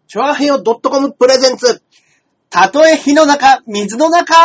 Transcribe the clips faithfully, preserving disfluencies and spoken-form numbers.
チョアヘヨ .com プレゼンツ。たとえ火の中、水の中。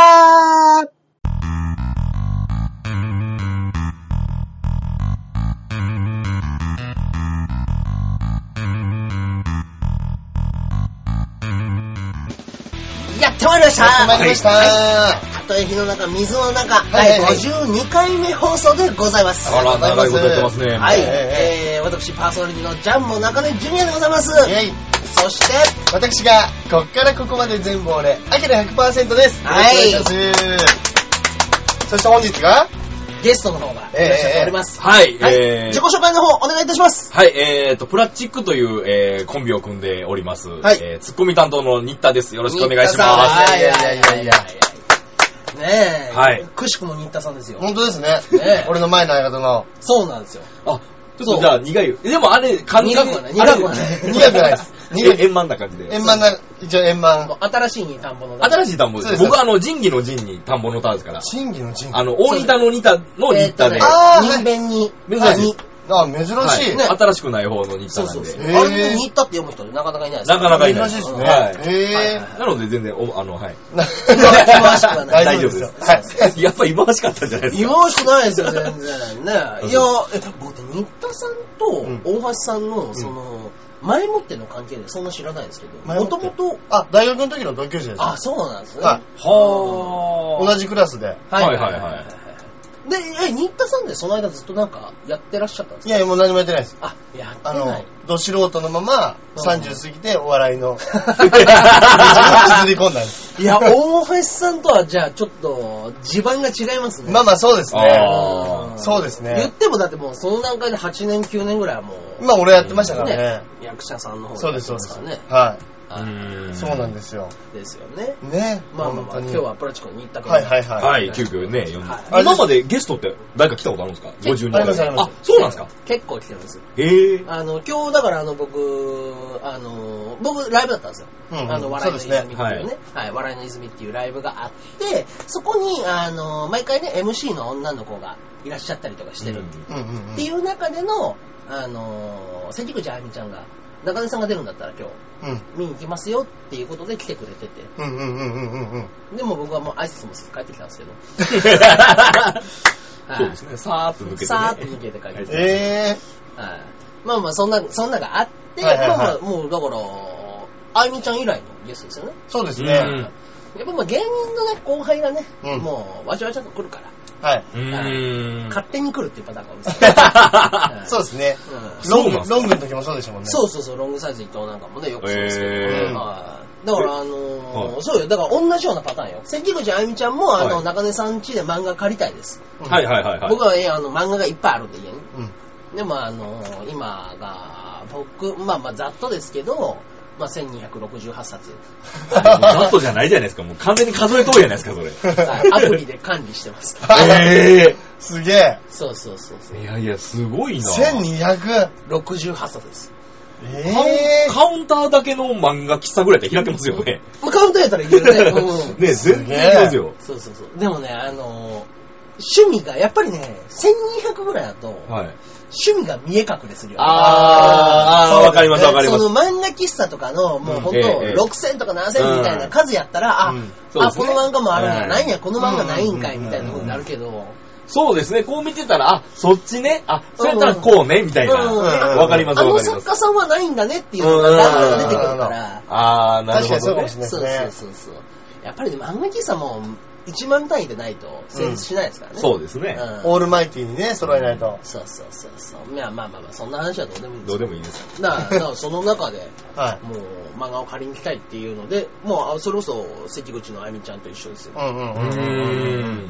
やってまいりました。 やってまいりました。 はい、たとえ火の中、水の中、はいはいはい、だいごじゅうにかいめ放送でございます。 あら、長いことやってますね。 はい、えー、私パーソナリティのジャンボ中根ジュニアでございます。イェイ。そして、 私が、こっからここまで全部俺、アキラ ひゃくパーセント です。 はい。 よろしくお願いします。そして本日が、 ゲストの方がいらっしゃっております。 えー、はい、 はい、 えー。 自己紹介の方、お願いいたします。 はい、えーと、プラチックという、えー、コンビを組んでおります。はい。えー、ツッコミ担当の新田です。よろしくお願いします。 いやいやいやいや。ねえ。 はい。 くしくも新田さんですよ。 本当ですね。ね俺の前の相方の。 そうなんですよ。 あ、ちょっとじゃあ苦い。でもあれ、完全に。 苦くはない。苦くはない。 苦くないです。 円満な感じで。 円満な、一応円満。 新しいに田んぼの田。 新しい田んぼです。僕はあの、仁義の仁に田んぼの田ですから。 仁義の仁。 あの、大仁田の仁田の仁田で。 ああ、人弁に。 珍しい。 あ、珍しい。 ね。新しくない方の新田なんで。 あれで新田って読む人なかなかいないです。 なかなかいない。 珍しいですね。 はい。 へぇなので全然、あの、はい。 忌まわしくはない。 大丈夫ですよ。はい。やっぱ忌まわしかったんじゃないですか。 忌まわしくないですよ、全然。ね。いや、え、僕、新田さんと大橋さんの、その、前もっての関係でそんな知らないんですけど、もともと、 あ、大学の時の同級生です。 あ、そうなんですね。 はい。 は同じクラスで。 はいはいはい。 で、え、新田さんでその間ずっとなんかやってらっしゃったんですか？ いや、もう何もやってないです。 あ、やってない。あの、 ど素人のままさんじゅう過ぎてお笑いのずり込んだんです。 いや、大橋さんとはじゃあちょっと地盤が違いますね。 まあまあそうですね。そうですね。 言ってもだってもうその段階ではちねんきゅうねんぐらいはもう。 まあ俺やってましたからね。 役者さんの方そうですそうです。 ね。 はい。そうなんですよ。 ですよね。 ね。 まあまあまあ、今日はプラチコに行ったけど。 はいはいはい。 はい、急遽ね、呼んで。今までゲストって誰か来たことあるんですか？ごじゅうにかい。 あ、 そうなんですか？ 結構来てるんですよ。 へえ。 あの、今日だからあの僕、あの、僕ライブだったんですよ。あの、笑いの泉っていうね。はい、笑いの泉っていうライブがあって、そこに、あの、毎回ね、エムシー の女の子がいらっしゃったりとかしてるっていう中での、あの、関口あゆみちゃんが、中根さんが出るんだったら今日、うん、見に行きますよっていうことで来てくれてて。 うんうんうんうんうん。 でも僕はもう挨拶もせず帰ってきたんですけど。 そうですね。さーっと抜けて、ね。 さーっと抜けて帰ってきた。 えー。はい。まあまあそんな、そんながあって、はいはいはい、まあまあもうだから、あゆみちゃん以来のゲストですよね。 そうですね。うん、 やっぱまあ芸人のね、後輩がね、うん、もうわちゃわちゃと来るから。 はい。 うん勝手に来るっていうパターンが多いですね。 そうですね。ロング、ロングの時もそうでしたもんね。 そうそうそう、ロングサイズ伊藤なんかもね、よくそうですけど、ね。はい。だからあのー、そうよ、だから同じようなパターンよ。関口あゆみちゃんも、あの、中根さん家で漫画借りたいです。 はいはいはいはい。 僕は、あの、漫画がいっぱいあるんで、家に。うん。でもあのー、今が、僕、まあまあざっとですけど、まあ、せんにひゃくろくじゅうはちさつ。 ざっとじゃないじゃないですか。もう完全に数え通りじゃないですか、それ。 はい、アプリで管理してます。 ええー。 すげえ。 そうそうそうそう。 いやいや、すごいな。 せんにひゃくろくじゅうはちさつです。 えー、カウンターだけの漫画喫茶ぐらいで開けますよね。 まあ、カウンターやったらいけるね。うん、 ね、全然いけますよ。 そうそうそう。でもね、あのー、趣味がやっぱりね、せんにひゃくぐらいだと、はい。趣味が見え隠れするよね。 あー、わかりますわかります。 その漫画喫茶とかの、もうほんと、ろくせんとかななせんみたいな数やったら、あ、あ、この漫画もあるんや、ないんや、この漫画ないんかい、みたいなことになるけど。 そうですね、こう見てたら、あ、そっちね、あ、そうやったらこうね、みたいな。わかりますわかります。 あの作家さんはないんだねっていうのがだんだん出てくるから。 あー、なるほど。 確かにそうかもしれないですね。 そうそうそう。やっぱり漫画喫茶も、いちまん単位でないと成立しないですからね。 そうですね。 オールマイティにね、揃えないと。 そうそうそうそう。いや、まあまあまあ、そんな話はどうでもいいんですどうでもいいです。 だから、だからその中で、もう漫画を借りに来たいっていうので、もうそれこそ関口のあゆみちゃんと一緒ですよ。 うんうんうん。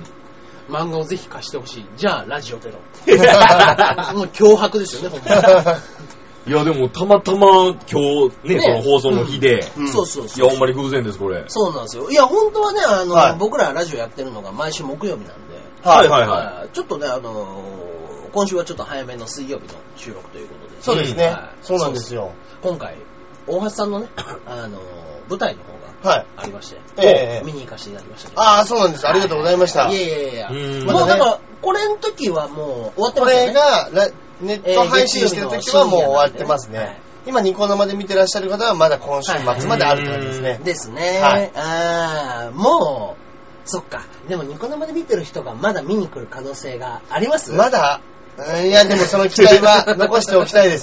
漫画をぜひ貸してほしい。じゃあ、ラジオでの。もう脅迫ですよね、ほんまに。 いや、でも、たまたま、今日、ね、その放送の日で。 そうそうそう。 いや、ほんまに偶然です、これ。 そうなんですよ。いや、本当はね、あの、僕らラジオやってるのが毎週木曜日なんで。 はいはいはい。 ちょっとね、あの、今週はちょっと早めの水曜日の収録ということで。 そうですね。そうなんですよ。 今回、大橋さんのね、あの、舞台の方がありまして、見に行かせていただきました。 ああ、そうなんです。ありがとうございました。 いやいやいや。もうだから、これの時はもう終わってますね。 これが、ネット配信してる時はもう終わってますね。 今ニコ生で見てらっしゃる方はまだ今週末まであるって感じですね。はいはい、 ですね。はい、あもう、そっか。でもニコ生で見てる人がまだ見に来る可能性があります？ まだいや、でもその期待は残しておきたいです。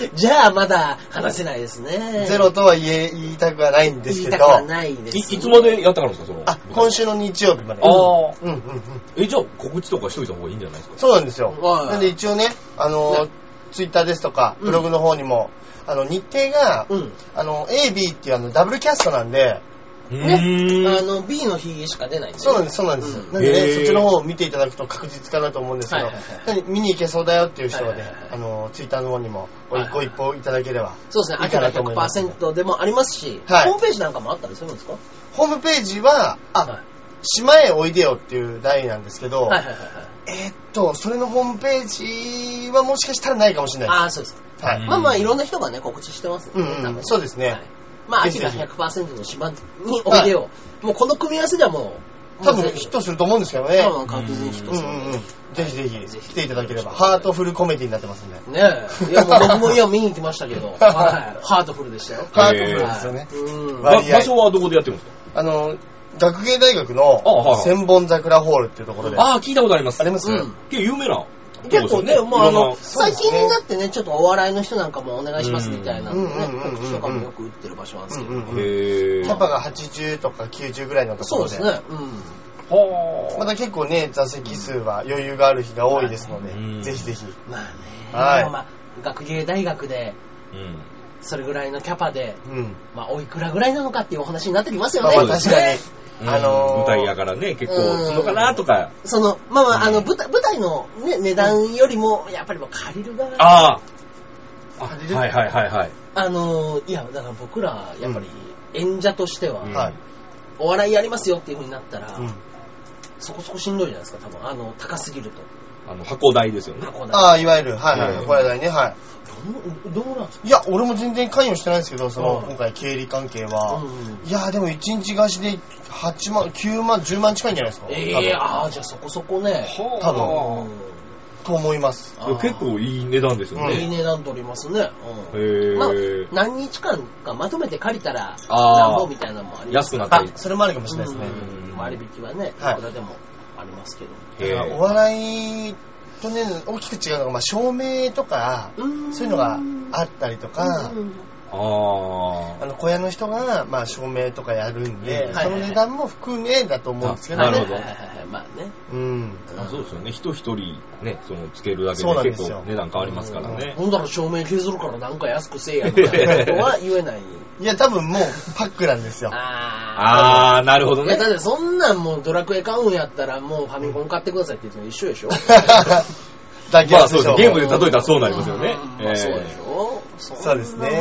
じゃあ、まだ話せないですね。 ゼロとは言え、言いたくはないんですけど。 言いたくはないです、ね。 い、いつまでやったからですか、その。 あ、今週の日曜日まで。 ああ。 うんうんうん。 え、じゃあ、告知とかしといた方がいいんじゃないですか？ そうなんですよ。なんで一応ね、あの、ツイッターですとか、ブログの方にも、うん、あの、日程が、うん、あの、A、B っていうあの、ダブルキャストなんで、 ね、あの B の日しか出ないんで、ね、 そうなんです、そうなんです、うん、なんでね、そっちの方を見ていただくと確実かなと思うんですけど、はいはいはい、見に行けそうだよっていう人はね、はいはいはい、あのツイッターの方にもご一報一報いただければ、 そうですね、アキラ ひゃくパーセント でもありますし、はい、ホームページなんかもあったりするんですか？ ホームページは、あ、はい、島へおいでよっていう題なんですけど、はいはいはいはい、えー、っと、それのホームページはもしかしたらないかもしれないです。 ああ、そうですか。はい、まあまあ、いろんな人がね、告知してますんで、ね、 うんうん、そうですね。はい、 まあ、アキラ ひゃくパーセント の島においでよ。はい、もうこの組み合わせではもう、 多分ヒットすると思うんですけどね。 多分確実にヒットする。うんうんうん、 ぜひぜひ来ていただければ、ハートフルコメディになってますんで。 ねえ。いや、もう僕もいや見に行きましたけど、はい、ハートフルでしたよ。 ハートフルですよね。 うん、場所はどこでやってるんですか？ あの、学芸大学の千本桜ホールっていうところで。 ああ、聞いたことあります。 あります？うん。 結構有名な。 結構ね、まああの、最近になってね、ちょっとお笑いの人なんかもお願いしますみたいなね、告知とかもよく打ってる場所なんですけど。 へキャパがはちじゅうとかきゅうじゅうぐらいのところで。 そうですね。うん。 はまた結構ね、座席数は余裕がある日が多いですので、ぜひぜひ。 まあね。はい。まあ、学芸大学で、それぐらいのキャパで、まあ、おいくらぐらいなのかっていうお話になってきますよね。 まあ確かに。 あのー、舞台やからね、結構するのかなとか。 その、まあまあ、あの、舞台、舞台のね、値段よりも、やっぱりもう借りる側。 ああ。借りる。はいはいはいはい。 あのー、いや、だから僕ら、やっぱり演者としては、うん、お笑いやりますよっていう風になったら、うん、そこそこしんどいじゃないですか、多分。あの、高すぎると。 あの、箱代ですよね。 箱代。ああ、いわゆる、はいはい、箱代ね、はい。 どうなんですか？ いや、俺も全然関与してないんですけど、その、今回経理関係は。いや、でもいちにち貸しではちまん、きゅうまん、じゅうまん近いんじゃないですか。 ええー、ああ、じゃあそこそこね。 多分。と思います。 結構いい値段ですよね。 いい値段取りますね。 うん、へまあ、何日間かまとめて借りたら、なんぼみたいなのもあります。 安くなったり。 それもあるかもしれないですね。 割引はね、いくらでもありますけど。お笑いとね、大きく違うのが、まあ、照明とか、そういうのがあったりとか、ああの小屋の人が、まあ、照明とかやるんで、その値段も含めだと思うんですけどね。 なるほど。 まあね。 うん。あ、そうですよね。人一人ね、そのつけるだけで結構値段変わりますからね。 ほんだら照明削るからなんか安くせえやみたいなことは言えない。 いや、多分もうパックなんですよ。 ああ、なるほどね。 いや、だってそんなんもうドラクエ買うんやったらもうファミコン買ってくださいって言っても一緒でしょ。 だけまあそうですね。ゲームで例えたらそうなりますよね。 まあそうでしょ。 そうですね。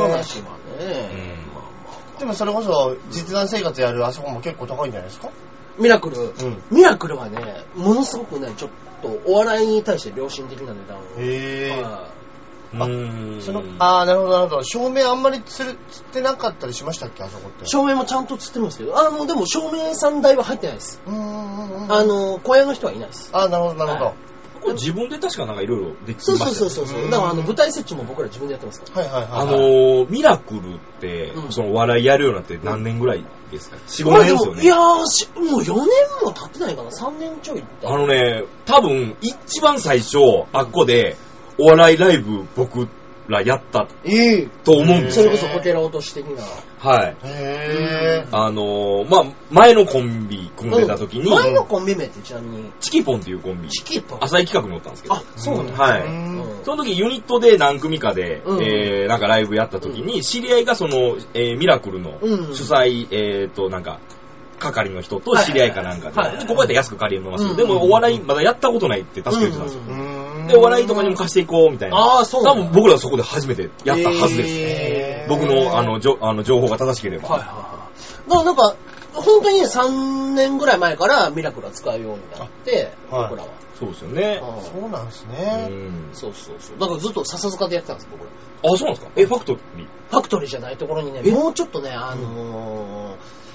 でもそれこそ実弾生活やるあそこも結構高いんじゃないですか？ ミラクル、うん、ミラクルはね、ものすごくね、ちょっとお笑いに対して良心的な値段を。 へー。あ、その、あー、なるほど、なるほど。照明あんまりつる、つってなかったりしましたっけ、あそこって。 照明もちゃんとつってますけど、あの、でも照明さん台は入ってないです。うんうんうん。あの、小屋の人はいないです。 あー、なるほど、なるほど。はい、 これ自分で確かなんかいろいろできましたね。そうそうそうそう。だからあの舞台設置も僕ら自分でやってますから。 はいはいはい、はい。 あのー、ミラクルって、うん、その笑いやるようになって何年ぐらいですか？ よん、ごねんですよね。 いやー、もうよねんも経ってないかな。さんねんちょいって。 あのね、多分一番最初、あっこでお笑いライブ僕らやったと思うんですよ。 それこそホテラ落とし的な。 はい。へー。あのー、まあ、前のコンビ組んでた時に、うん、 前のコンビ名ってちなみにチキポンっていうコンビ。 チキポン。 浅井企画におったんですけど。 あ、そうなんだ。 はい。その時ユニットで何組かで、うん、えー、なんかライブやった時に、知り合いがその、えー、ミラクルの主催、うん、えーと、なんか、係の人と知り合いかなんかで、はいはいはい、ここやったら安く借りるのます、うん、でもお笑いまだやったことないって確か言ってたんですよ。うん、で、お笑いとかにも貸していこうみたいな。 ああ、そうなんだ。 多分僕らそこで初めてやったはずです。えー、僕のあのじょあの情報が正しければ。はいはいはい。だからなんか、本当にさんねんぐらい前からミラクルは使うようになって、僕らは。 そうですよね。 そうなんですね。 うん。そうそうそう。だからずっと笹塚でやってたんです、僕ら。 あ、そうなんですか？え、ファクトリー？ ファクトリーじゃないところにね、もうちょっとね、あのー、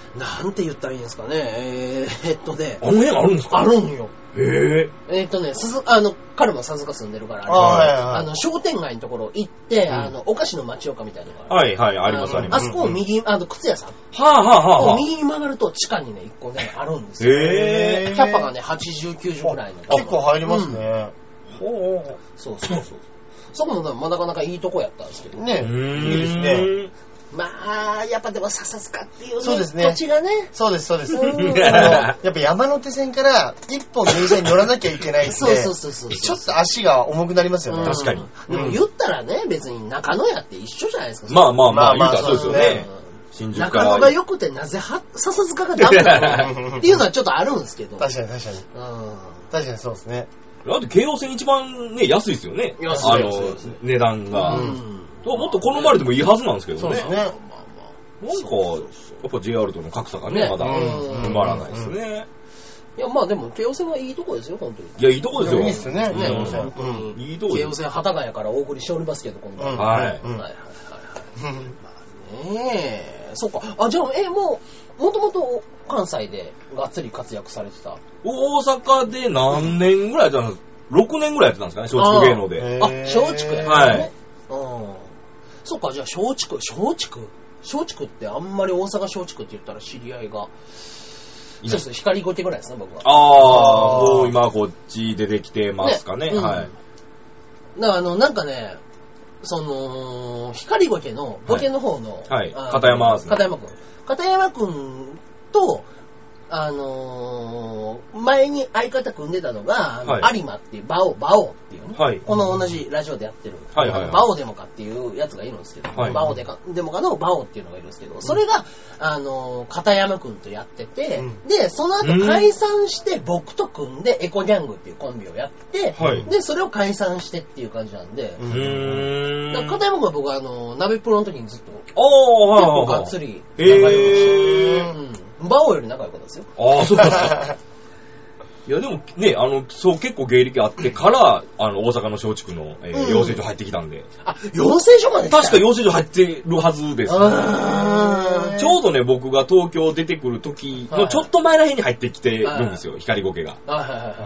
なんて言ったらいいんですかね。えー、えっとね。 あの辺あるんですか？ あるんよ。 へえ。 えっとね、鈴、あの、彼も鈴鹿住んでるから、あれ、はいはいはい、あの、商店街のところ行って、うん、あの、お菓子の町岡みたいなのがある。 はいはい、ありますあります。 あそこを右、あの、靴屋さん。はあはあはあはあ。 右に曲がると地下にね、一個ね、あるんですよ。 へえ。 キャパがね、はちじゅう、きゅうじゅうくらいの。 結構入りますね。 うん、ほう。そうそうそう。そこもまあなかなかいいとこやったんですけどね。いいですね。 まあ、やっぱでも笹塚っていう、ね、 そうですね、 土地がね。 そうです、そうです。あのやっぱ山手線から一本電車に乗らなきゃいけないんで、そうそうそうそう。ちょっと足が重くなりますよね。 確かに。 でも言ったらね、別に中野屋って一緒じゃないですか。 まあまあまあ、言うたらそうですよね。 新宿から。中野が良くてなぜは笹塚がダメなのっていうのはちょっとあるんですけど。 確かに確かに。うん。確かにそうですね。 だって京王線一番ね、安いですよね。 安い。あの、値段が。もっと好まれてもいいはずなんですけどね。 そうですね。 なんか、やっぱ ジェイアール との格差がね、ねまだ埋まらないですね。 いや、まあでも、京王線はいいとこですよ、本当に。 いや、いいとこですよ。 いいっすね、 京王線。いいとこです。京王線、幡ヶ谷からお送りしておりますけど、今度は。 はい。 はいはいはいはい。まあねえ、そっか。あ、じゃあ、え、もう、もともと関西でがっつり活躍されてた。 大阪で何年ぐらいやってたんですか？ ろく 年ぐらいやってたんですかね、松竹芸能で。 あ、松竹やったね。 はい。 うん。そっか、じゃあ松竹、松竹松竹ってあんまり大阪松竹って言ったら知り合いが、そうですね、光ゴケぐらいですね、僕は。 ああ、もう今こっち出てきてますかね。ね、はい。 だからあの、なんかね、その、光ゴケの、ゴケの方の、 はい、はい、片山ですね。 片山くん。片山くんと、あのー、前に相方組んでたのが、はい、有馬っていう、バオ、バオっていうね、はい、この同じラジオでやってる、はいはいはい、バオデモカっていうやつがいるんですけど、はい、バオデカデモカのバオっていうのがいるんですけど、それが、あのー、片山くんとやってて、うん、で、その後解散して僕と組んでエコギャングっていうコンビをやって、はい、で、それを解散してっていう感じなんで、うん、だから片山くんは僕はあのー、鍋プロの時にずっと、結構がっつり仲良くして、うんバオより仲良かったですよ。 ああ、そうですか。いや、でもね、あの、そう結構芸歴あってから、あの、大阪の松竹の、えーうん、養成所入ってきたんで。 あ、養成所まで来た？ 確か養成所入ってるはずです、ね。ちょうどね、僕が東京出てくる時のちょっと前らへんに入ってきてるんですよ、光ゴケが。 はいはいはいはい。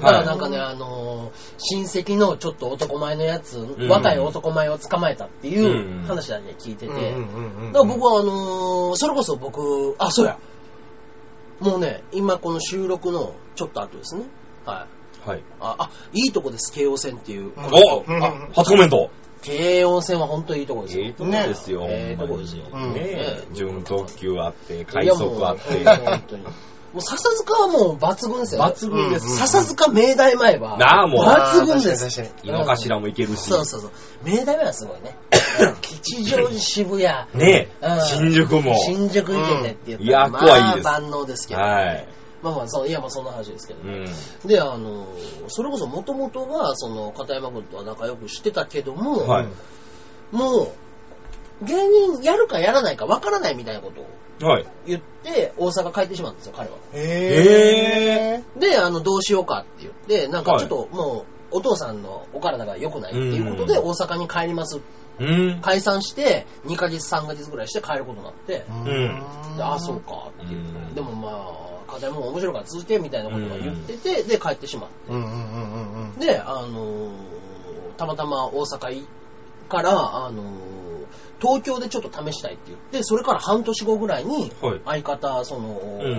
だからなんかね、あのー、親戚のちょっと男前のやつ、うん、若い男前を捕まえたっていう話だけ聞いてて、だから僕はあのー、それこそ僕、あ、そうや、もうね、今この収録のちょっと後ですね。はい。はい。あ、あいいとこです、京王線っていう。 おあ、初コメント。 京王線は本当にいいとこですよ。 いいとこですよ。 ええとこですよ。 ね、準特急あって、快速あって。 本当に。もう笹塚はもう抜群ですよ。 抜群です。 笹塚明大前は。 なあ、もう。 抜群です。 井の頭も行けるし。 そうそうそう。明大前はすごいね。吉祥寺渋谷。 ねえ。新宿も。 新宿行けてって言ったら。 いや、怖いです。 まあ万能ですけど。 はい。 まあまあ、そう、いやまあそんな話ですけど。で、あの、それこそもともとは、その、片山君とは仲良くしてたけども、もう、芸人やるかやらないかわからないみたいなことを。はい、言って大阪帰ってしまうんですよ彼は。 へー。であのどうしようかって言ってなんかちょっともうお父さんのお体が良くないっていうことで大阪に帰ります。うん解散してにかげつさんかげつぐらいして帰ることになって、うんであそうかって言ってでもまあ片山も面白いから続けみたいなことが言っててで帰ってしまって、うんうんうんうん、であのー、たまたま大阪からあのー東京でちょっと試したいって言ってそれから半年後ぐらいに相方、はい、その、うん、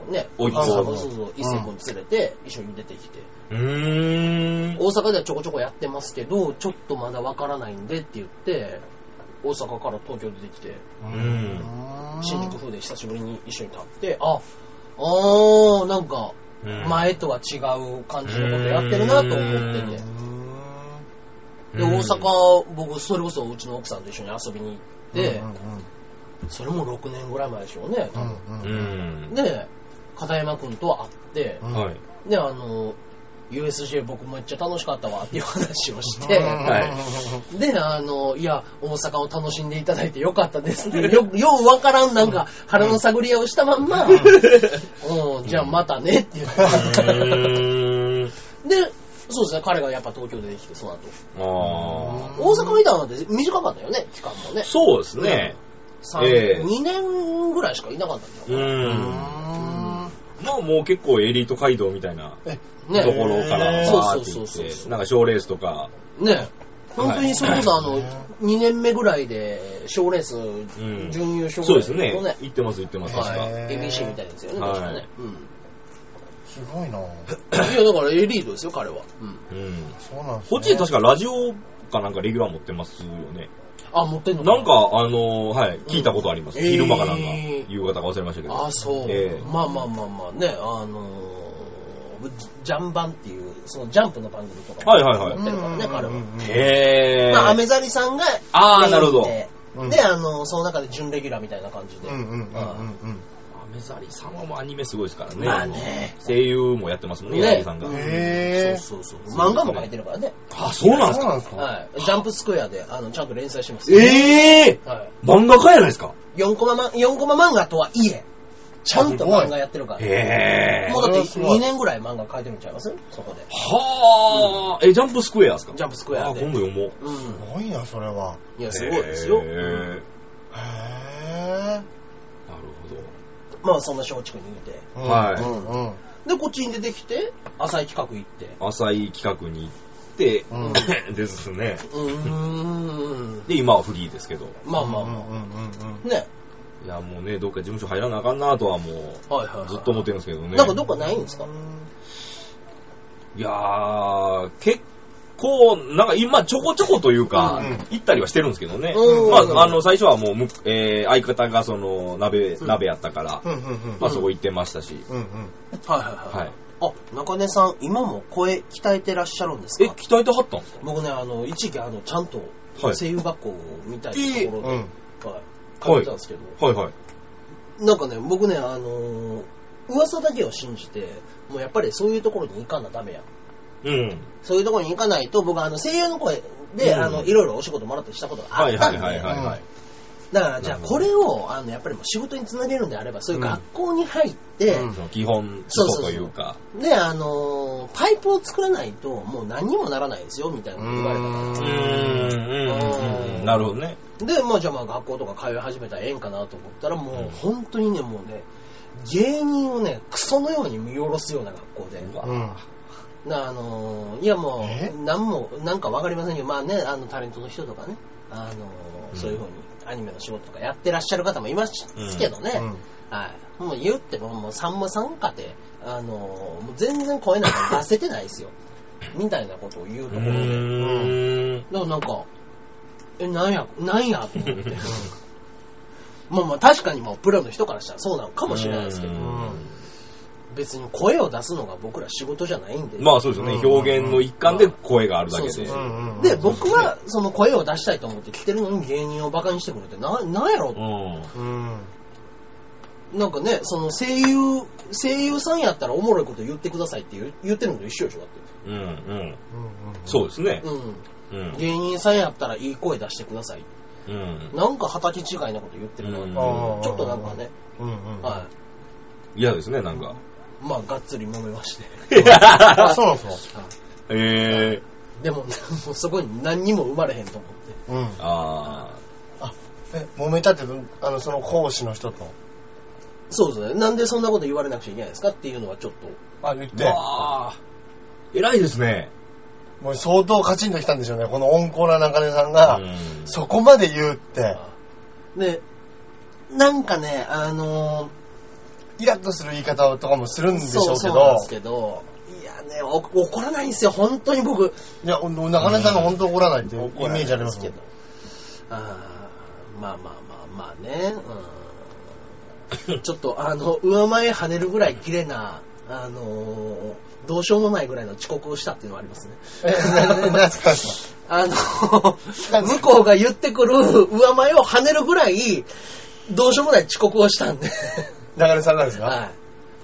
ねおいっせい君連れて一緒に出てきて、うーん大阪ではちょこちょこやってますけどちょっとまだわからないんでって言って大阪から東京出てきてうん新宿風で久しぶりに一緒に立ってああーなんか前とは違う感じのことやってるなと思っててで大阪僕それこそうちの奥さんと一緒に遊びに行って、うんうんうん、それもろくねんぐらい前でしょうね多分、うんうん、で片山君と会って、うん、であの ユーエスジェー 僕めっちゃ楽しかったわっていう話をして、はい、であのいや大阪を楽しんでいただいてよかったですってよようわからんなんか腹の探り合いをしたまんま、うんうん、じゃあまたねって言ってでそうですね、彼がやっぱ東京でできて、その後。あ大阪みたいなのって短かったよね、期間もね。 そうですね。 えー、にねんぐらいしかいなかったんだよ。うーん。 まあもう結構エリート街道みたいなところからバーって行って、なんか賞レースとか。 ね。本当にそれこそあの、にねんめぐらいで賞レース準優勝ぐらい、 そうですね。行ってます行ってます。確か。 エービーシー みたいですよね。確かね。 すごいな。いやだからエリートですよ彼は。 うん。そうなんですね。 こっちで確かラジオかなんかレギュラー持ってますよね。 あ、持ってんのなんか、あのー、はい、聞いたことあります。うん、昼間かなんか、夕方か忘れましたけど。 あ、そう。えー、まあまあまあまあね、あのー、ジャンバンっていう、そのジャンプの番組とかはいはいはい。 持ってるからね、彼は。 へー。 まあ、アメザリさんが、 あー、なるほど。 で、あの、その中で準レギュラーみたいな感じで。うんうんうんうん。 アメザリさんはもうアニメすごいですからね。 まあね。 声優もやってますもんね、ヤギさんが。 へー。そうそうそう。漫画も書いてるからね。 あ、そうなんですか？ はい。ジャンプスクエアで、あの、ちゃんと連載してます。 えー！はい。漫画家やないですか？ よん コマ、よんコマ漫画とはいえ、ちゃんと漫画やってるから。 へー。 もうだってにねんぐらい漫画書いてるんちゃいますそこで。 はー。え、ジャンプスクエアですか？ ジャンプスクエアで。 あ、今度読もう。 うん。すごいな、それは。 いや、すごいですよ。へー。 へー。 まあそんな松竹にいて、 はい、うんうん、でこっちに出てきて浅井企画行って浅井企画に行って、うん、ですね。うーんで今はフリーですけど。 まあまあまあね。 いやもうねどっか事務所入らなあかんなとはもう、はいはいはい、ずっと思ってるんですけどね。 なんかどっかないんですか？ いやー結構こう、なんか今ちょこちょこというか、うん、行ったりはしてるんですけどね。うん、まあ、あの、最初はもう、えー、相方がその、鍋、うん、鍋やったから、うんうんうん、まあそこ行ってましたし。うんうん、 はいはいはい。はい、あ、中根さん、今も声鍛えてらっしゃるんですか？ え、鍛えてはったんですか？ 僕ね、あの、一時期あの、ちゃんと声優学校みたいなところで、はい、通ってたんですけど、 はいはいはい。 なんかね、僕ね、あのー、噂だけを信じて、もうやっぱりそういうところに行かなダメや。うん、そういうところに行かないと、僕はあの声優の声で、うん、あのいろいろお仕事もらったりしたことがあったんで、はいはいはいはい、だからじゃあこれをあのやっぱりもう仕事につなげるんであれば、そういう学校に入って、 うん、基本基礎というか、 そうそうそうであのパイプを作らないともう何にもならないですよみたいなこと言われたから、うーん、なるほどね。 で、まあじゃあまあ学校とか通い始めたらええんかなと思ったら、もう本当にねもうね芸人をねクソのように見下ろすような学校で。うんあのいやもう何もなんか分かりませんけど、まあねあのタレントの人とかねあの、うん、そういう風にアニメの仕事とかやってらっしゃる方もいますけどね、うんうん、はい、もう言ってももうさんまさんかてあのもう全然声なんか出せてないですよみたいなことを言うところで、うん、だからなんかえなんやなんやと思ってまあまあ確かにもうプロの人からしたらそうなのかもしれないですけど。別に声を出すのが僕ら仕事じゃないんで。 まあそうですよね。表現の一環で声があるだけで。そうそうそうで、僕はその声を出したいと思って来てるのに芸人をバカにしてくれて、な、なんやろうと、うん。なんかね、その声優、声優さんやったらおもろいこと言ってくださいって言う言ってるのと一緒でしょだって。 うんうん。そうですね。 うん。うん、芸人さんやったらいい声出してください。うん。なんか二十歳違いなこと言ってるな、うん、ちょっとなんかね。うんうん、はい。 嫌ですね、なんか。 まあ、がっつり揉めまして。 あ、そうなんですか。 えー。でも、もうそこに何にも生まれへんと思って。うん。 ああ。あ、え、揉めたって、あの、その講師の人と。 そうですね。なんでそんなこと言われなくちゃいけないですかっていうのはちょっと。 あ、言って。ああ。偉いですね。 もう相当カチンときたんでしょうね。この温厚な中根さんが、そこまで言うって。 で、なんかね、あのー、 イラッとする言い方とかもするんでしょうけど。そうそうなんですけど、いやね、怒らないんですよ、本当に僕。 いや、中根さんが本当怒らないっていうイメージありますけど。 あまあまあまあまあね、うん、ちょっとあの、上前跳ねるぐらい綺麗な、あのー、どうしようもないぐらいの遅刻をしたっていうのはありますね。 え、何ですかあの、向こうが言ってくる上前を跳ねるぐらい、どうしようもない遅刻をしたんで。 中根さんなんですか？ はい。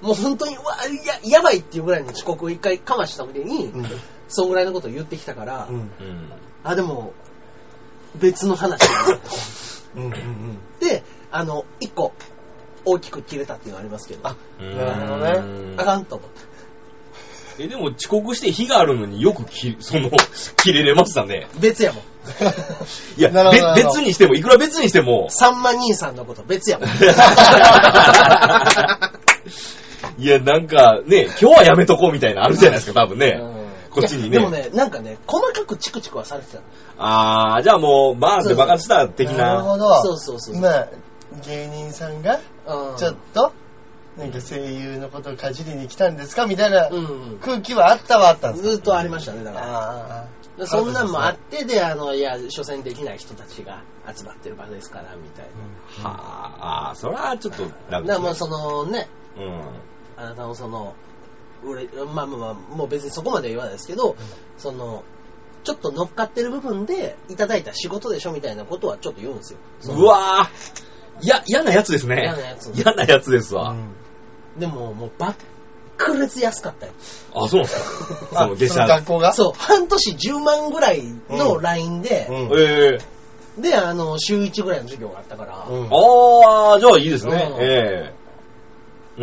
もう本当に、わや、やばいっていうぐらいの遅刻を一回かました時に、うん、そのぐらいのことを言ってきたから、うん、あ、でも、別の話だなと。うんうんうん、で、あの、一個、大きく切れたっていうのはありますけど。あ、 なるほどね。 あかんと思って。 え、でも遅刻して日があるのによくき、その、切れれましたね。 別やもん。 いや、べ別にしても、いくら別にしても。 さんま兄さんのこと別やもん。 いや、なんか、ね、今日はやめとこうみたいなのあるじゃないですか、多分ね。こっちにね。 でもね、なんかね、細かくチクチクはされてた。 あー、じゃあもう、バーンって爆発した的な。 なるほど。 そうそうそう。 まあ、芸人さんが、ちょっと、なんか声優のことをかじりに来たんですかみたいな空気はあったはあったんです、 ずっとありましたね、だから。そんなんもあって、で、あの、いや、所詮できない人たちが集まってる場ですから、みたいな。はあ、あそれはちょっと楽ですね。 だからもうそのね、 うん、 あなたのその、俺、まあまあまあ、もう別にそこまで言わないですけど、うん、その、ちょっと乗っかってる部分でいただいた仕事でしょみたいなことはちょっと言うんですよ。 うわぁ、いや、嫌なやつですね。 嫌なやつ。 嫌なやつですわ。うん、 でも、もう、ばっくれつ安かったよ。 あ、そうなんですか。その下車。 学校がそう、半年じゅうまんぐらいのラインで、 うんうん、えー、で、あの、週いちぐらいの授業があったから。 うん、ああ、じゃあいいですね。うん、ええー。うん。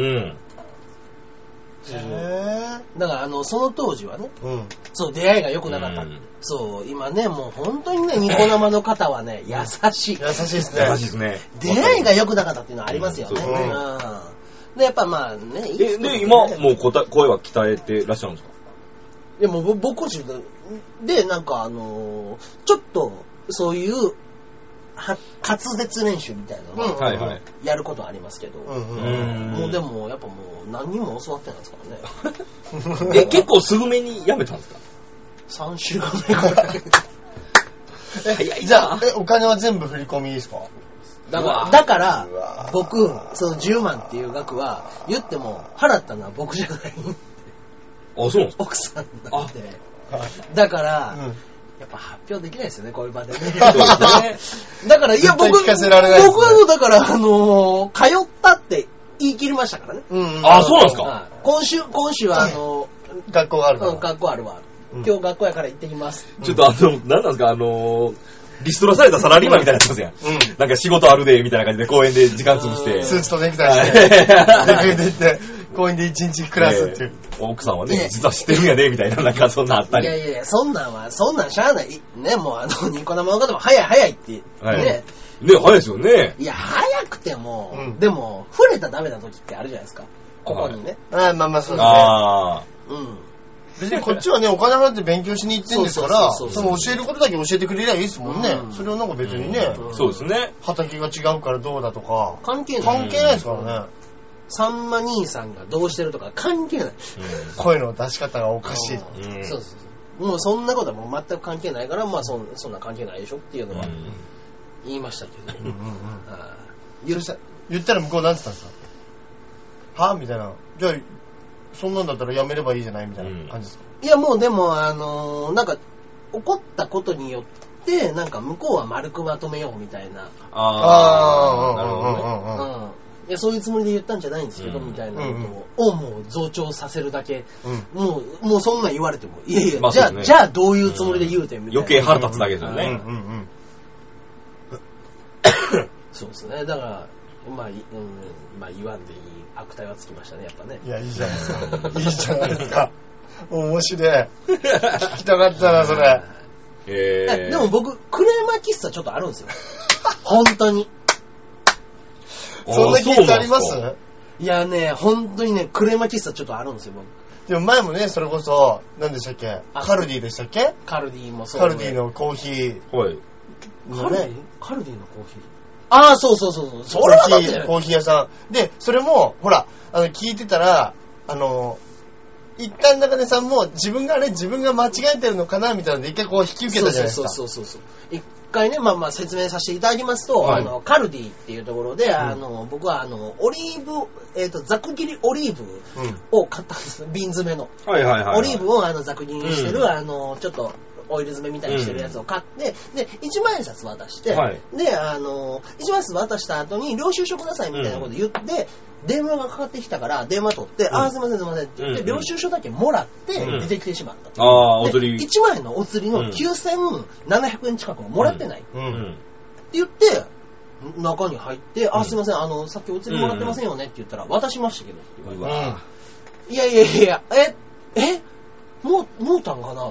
へだからあのその当時はね、うん、そう出会いが良くなかった、うん、そう今ねもう本当にねニコ生の方はね優しい優しいですね優しいですね出会いが良くなかったっていうのはありますよね、うんうん、でやっぱまあねえで、ね、今もう声は鍛えてらっしゃるんですか？ いやもう僕個人でなんかあのー、ちょっとそういう滑舌練習みたいなのをやることはありますけど、うんうん、もうでもやっぱもう何人も教わってないですからね。 え結構すぐめに辞めたんですか？ さん週間目ぐらい。 えじゃあえお金は全部振り込みですか？ だからだから僕そのじゅうまんっていう額は言っても払ったのは僕じゃない。 あそうなんですか？ 奥さんなんで。だから。うんやっぱ発表できないですよね、こういう場でね。だから、いや、僕、僕はだから、あのー、通ったって言い切りましたからね。 うんうん、あ、そうなんですか、はい、 今週、今週は、あのー、学校があるから。 うん、学校あるわ。今日学校やから行ってきます。 ちょっとあの、なんなんですか、あのー、リストラされたサラリーマンみたいになってますやん。うん、なんか仕事あるで、みたいな感じで公園で時間潰して。 スーツとネクタイして。で、行って、公園で一日暮らすっていう。 奥さんはね、実は知ってるんやで、みたいな、なんかそんなあったり。 いやいやいや、そんなんは、そんなんしゃあない。ね、もうあの、ニコ生の方も早い早いって。 はい、 ね。 ね、早いですよね。 いや、早くても、うん、でも、触れたらダメな時ってあるじゃないですか。ここにね。 はい、あまあまあそうですね。 ああ。 うん。 別にこっちはね、お金払って勉強しに行ってんですから、その教えることだけ教えてくれりゃいいですもんね。うん、それをなんか別にね、 うん、そうですね。 畑が違うからどうだとか。 関係ない。 関係ないですからね。 さんま兄さんがどうしてるとか関係ない。うん、 声の出し方がおかしい。 うん、そうそうそう。もうそんなことはもう全く関係ないから、まあそそんな関係ないでしょっていうのは言いましたけど。うんうんうん、 言った言ったら向こうなんて言ったんですか？はみたいな。じゃあ、そんなんだったらやめればいいじゃないみたいな感じですか？ うん、いやもうでも、あのー、なんか、起こったことによって、なんか向こうは丸くまとめようみたいな。 ああ、なるほどね。 うんいやそういうつもりで言ったんじゃないんですけど、うん、みたいなことを、うん、もう増長させるだけ、うん、もうもうそんなん言われてもいやいや、まあじゃあ、ね、じゃあどういうつもりで言うてみたいな、 余計腹立つだけですよね、うんうんうん、 そうですねだからまあ、うんまあ、言わんでいい悪態はつきましたねやっぱねいやいいじゃないですかいいじゃないですか面白い聞きたかったなそれ、 えー、でも僕クレーマー喫茶ちょっとあるんですよ本当にそんな喫茶あります？ いやね、本当にね、クレーマー喫茶ちょっとあるんですよ、僕。 でも前もね、それこそ、何でしたっけ？カルディでしたっけ？ カルディもそう、 ね。カルディのコーヒー。 はい。 カルディ？カルディのコーヒー。ああ、そうそうそうそう。 それはだってコーヒー屋さん。で、それも、ほら、あの、聞いてたら、あの、一旦中根さんも自分があれ、自分が間違えてるのかなみたいなので、一回こう引き受けたじゃないですか。 そうそうそうそうそう。一回ね、まあまあ説明させていただきますと、はい、あの、カルディっていうところで、うん、あの、僕はあの、オリーブ、えっ、ー、と、ざく切りオリーブを買ったんです。瓶詰めの。 はいはいはい、はい。 オリーブをあの、ざく切りにしてる、うん、あの、ちょっと、オイル詰めみたいにしてるやつを買って、うん、で、一万円札渡して、はい、で、あの、一万円札渡した後に、領収書くださいみたいなこと言って、うん、電話がかかってきたから、電話取って、うん、ああ、すいませんすいませんって言って、うん、領収書だけもらって、出てきてしまった。 うん、ああ、お釣り。 いちまん円のお釣りのきゅうせんななひゃくえん近くももらってない。うん。うん、って言って、中に入って、あ、すいません、あの、さっきお釣りもらってませんよねって言ったら、渡しましたけどって言われて。うん、いやいやいや、え、 えもう、もうたんかなと思って。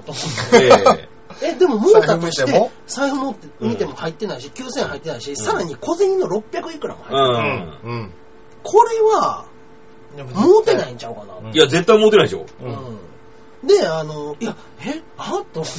え、でももうたとして、財布持って見ても入ってないし、きゅうせんえん入ってないし、さらに小銭のろっぴゃくいくらも入ってない。これは、持てないんちゃうかな。 いや、絶対持てないでしょ。 で、あの、いや、えあと思って。